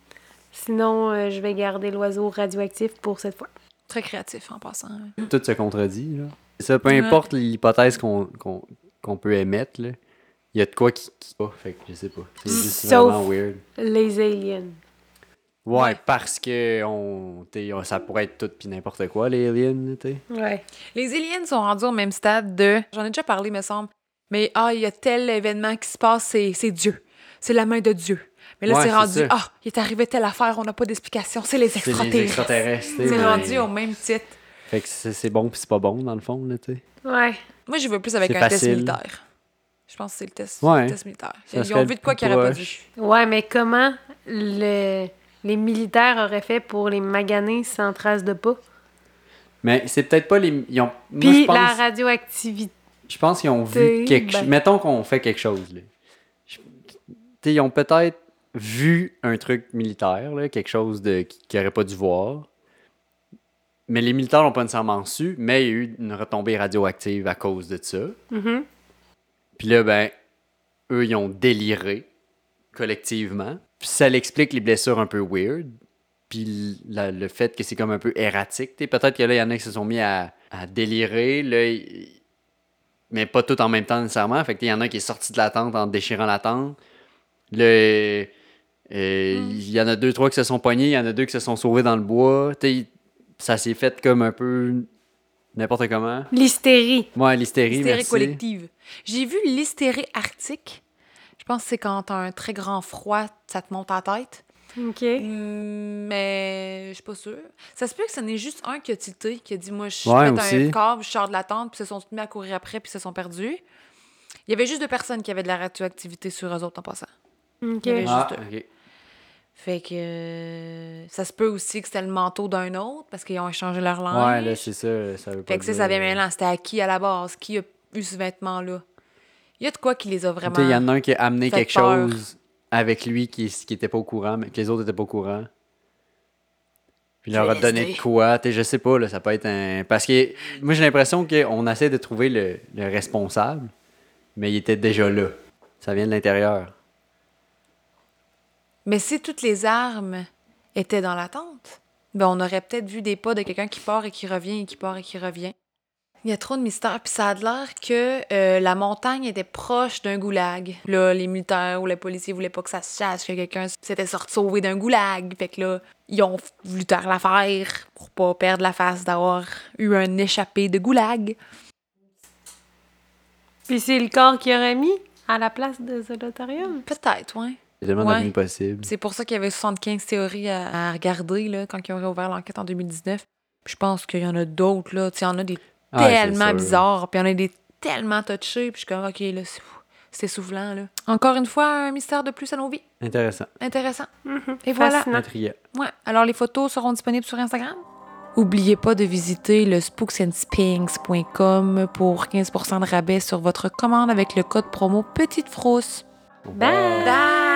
Sinon, euh, je vais garder l'oiseau radioactif pour cette fois. Très créatif en passant. hein. Tout se contredit, là. Ça, peu Ouais. importe l'hypothèse qu'on qu'on qu'on peut émettre, là, il y a de quoi qui... qui... Oh, fait que je sais pas. C'est juste Sauf- vraiment weird. Les aliens. Ouais, Ouais. parce que on, t'sais, on- ça pourrait être tout pis n'importe quoi, les aliens, tu sais. Ouais. Les aliens sont rendus au même stade de... J'en ai déjà parlé, me semble. Mais ah, il y a tel événement qui se passe, c'est, c'est Dieu. C'est la main de Dieu. Mais là, Ouais, c'est c'est rendu... ça. Ah, il est arrivé telle affaire, on n'a pas d'explication. C'est les C'est extraterrestres. les extraterrestres, tu sais, C'est mais- rendu au même titre. Fait que c'est c'est bon pis c'est pas bon, dans le fond, là, tu sais. Ouais. Moi, je veux plus avec C'est un test facile. militaire. Je pense que c'est le test, Ouais. le test militaire. Ça Ils serait ont le vu de quoi plus qu'ils n'auraient pas proche. vu. Ouais, mais comment le... les militaires auraient fait pour les maganer sans trace de pas? Mais c'est peut-être pas les... Ils ont... Moi, Puis je pense... la radioactivité. Je pense qu'ils ont vu T'sais, quelque chose. ben- Mettons qu'on fait quelque chose, là. Je- T'sais, ils ont peut-être vu un truc militaire, là, quelque chose de... qu'ils n'auraient pas dû voir. Mais les militaires l'ont pas nécessairement su, mais il y a eu une retombée radioactive à cause de ça. Mhm. Puis là, ben, eux, ils ont déliré collectivement. Puis ça l'explique les blessures un peu weird. Puis la- le fait que c'est comme un peu erratique. T'sais, peut-être que là, il y en a qui se sont mis à, à délirer, là, ils- mais pas tout en même temps nécessairement. Fait que il y en a qui est sorti de la tente en déchirant la tente. Là, euh, il y en a deux, trois qui se sont pognés, il y en a deux qui se sont sauvés dans le bois. T'sais, ça s'est fait comme un peu n'importe comment. L'hystérie. Ouais, l'hystérie, L'hystérie merci. collective. J'ai vu l'hystérie arctique. Je pense que c'est quand t'as un très grand froid, ça te monte à la tête. OK. Mm, mais je suis pas sûre. Ça se peut que ce n'est juste un qui a tilté, qui a dit moi je Ouais, pète un aussi. corps, je sors de la tente, puis se sont mis à courir après, puis se sont perdus. Il y avait juste deux personnes qui avaient de la radioactivité sur eux autres en passant. OK. Il y avait Ah, juste eux. ok. Fait que euh, ça se peut aussi que c'était le manteau d'un autre parce qu'ils ont échangé leur Ouais, linge. là, c'est ça. Ça veut pas Fait que ça, dire- ça vient maintenant. C'était à qui à la base? Qui a eu ce vêtement-là? Il y a de quoi qui les a vraiment. Tu sais, il y en a un qui a amené fait quelque peur. chose avec lui qui, qui était pas au courant, mais que les autres étaient pas au courant. Puis il leur a L S D. donné de quoi, tu sais, je sais pas, là, ça peut être un... Parce que moi, j'ai l'impression qu'on essaie de trouver le, le responsable, mais il était déjà là. Ça vient de l'intérieur. Mais si toutes les armes étaient dans la tente, ben on aurait peut-être vu des pas de quelqu'un qui part et qui revient et qui part et qui revient. Il y a trop de mystères. Puis ça a l'air que euh, la montagne était proche d'un goulag. Là, les militaires ou les policiers voulaient pas que ça se sache que quelqu'un s'était sorti sauvé d'un goulag. Fait que là, ils ont voulu taire l'affaire pour pas perdre la face d'avoir eu un échappé de goulag. Puis c'est le corps qui aurait mis à la place de Zolotorium. Peut-être, ouais. Il y a tellement Ouais. d'avenir possible. C'est pour ça qu'il y avait soixante-quinze théories à, à regarder là, quand ils ont réouvert l'enquête en deux mille dix-neuf. Puis je pense qu'il y en a d'autres, là. Tu sais, il y en a des Ah, c'est tellement sûr. bizarres, puis il y en a des tellement touchés, puis je suis comme, OK, là, c'est, c'est soufflant, là. Encore une fois, un mystère de plus à nos vies. Intéressant. Intéressant. Mhm. Et voilà. Fascinant. Intriguant. Ouais. Alors, les photos seront disponibles sur Instagram? Oubliez pas de visiter le spooks and spinks point com pour quinze pour cent de rabais sur votre commande avec le code promo Petite Frousse. Bye! Bye!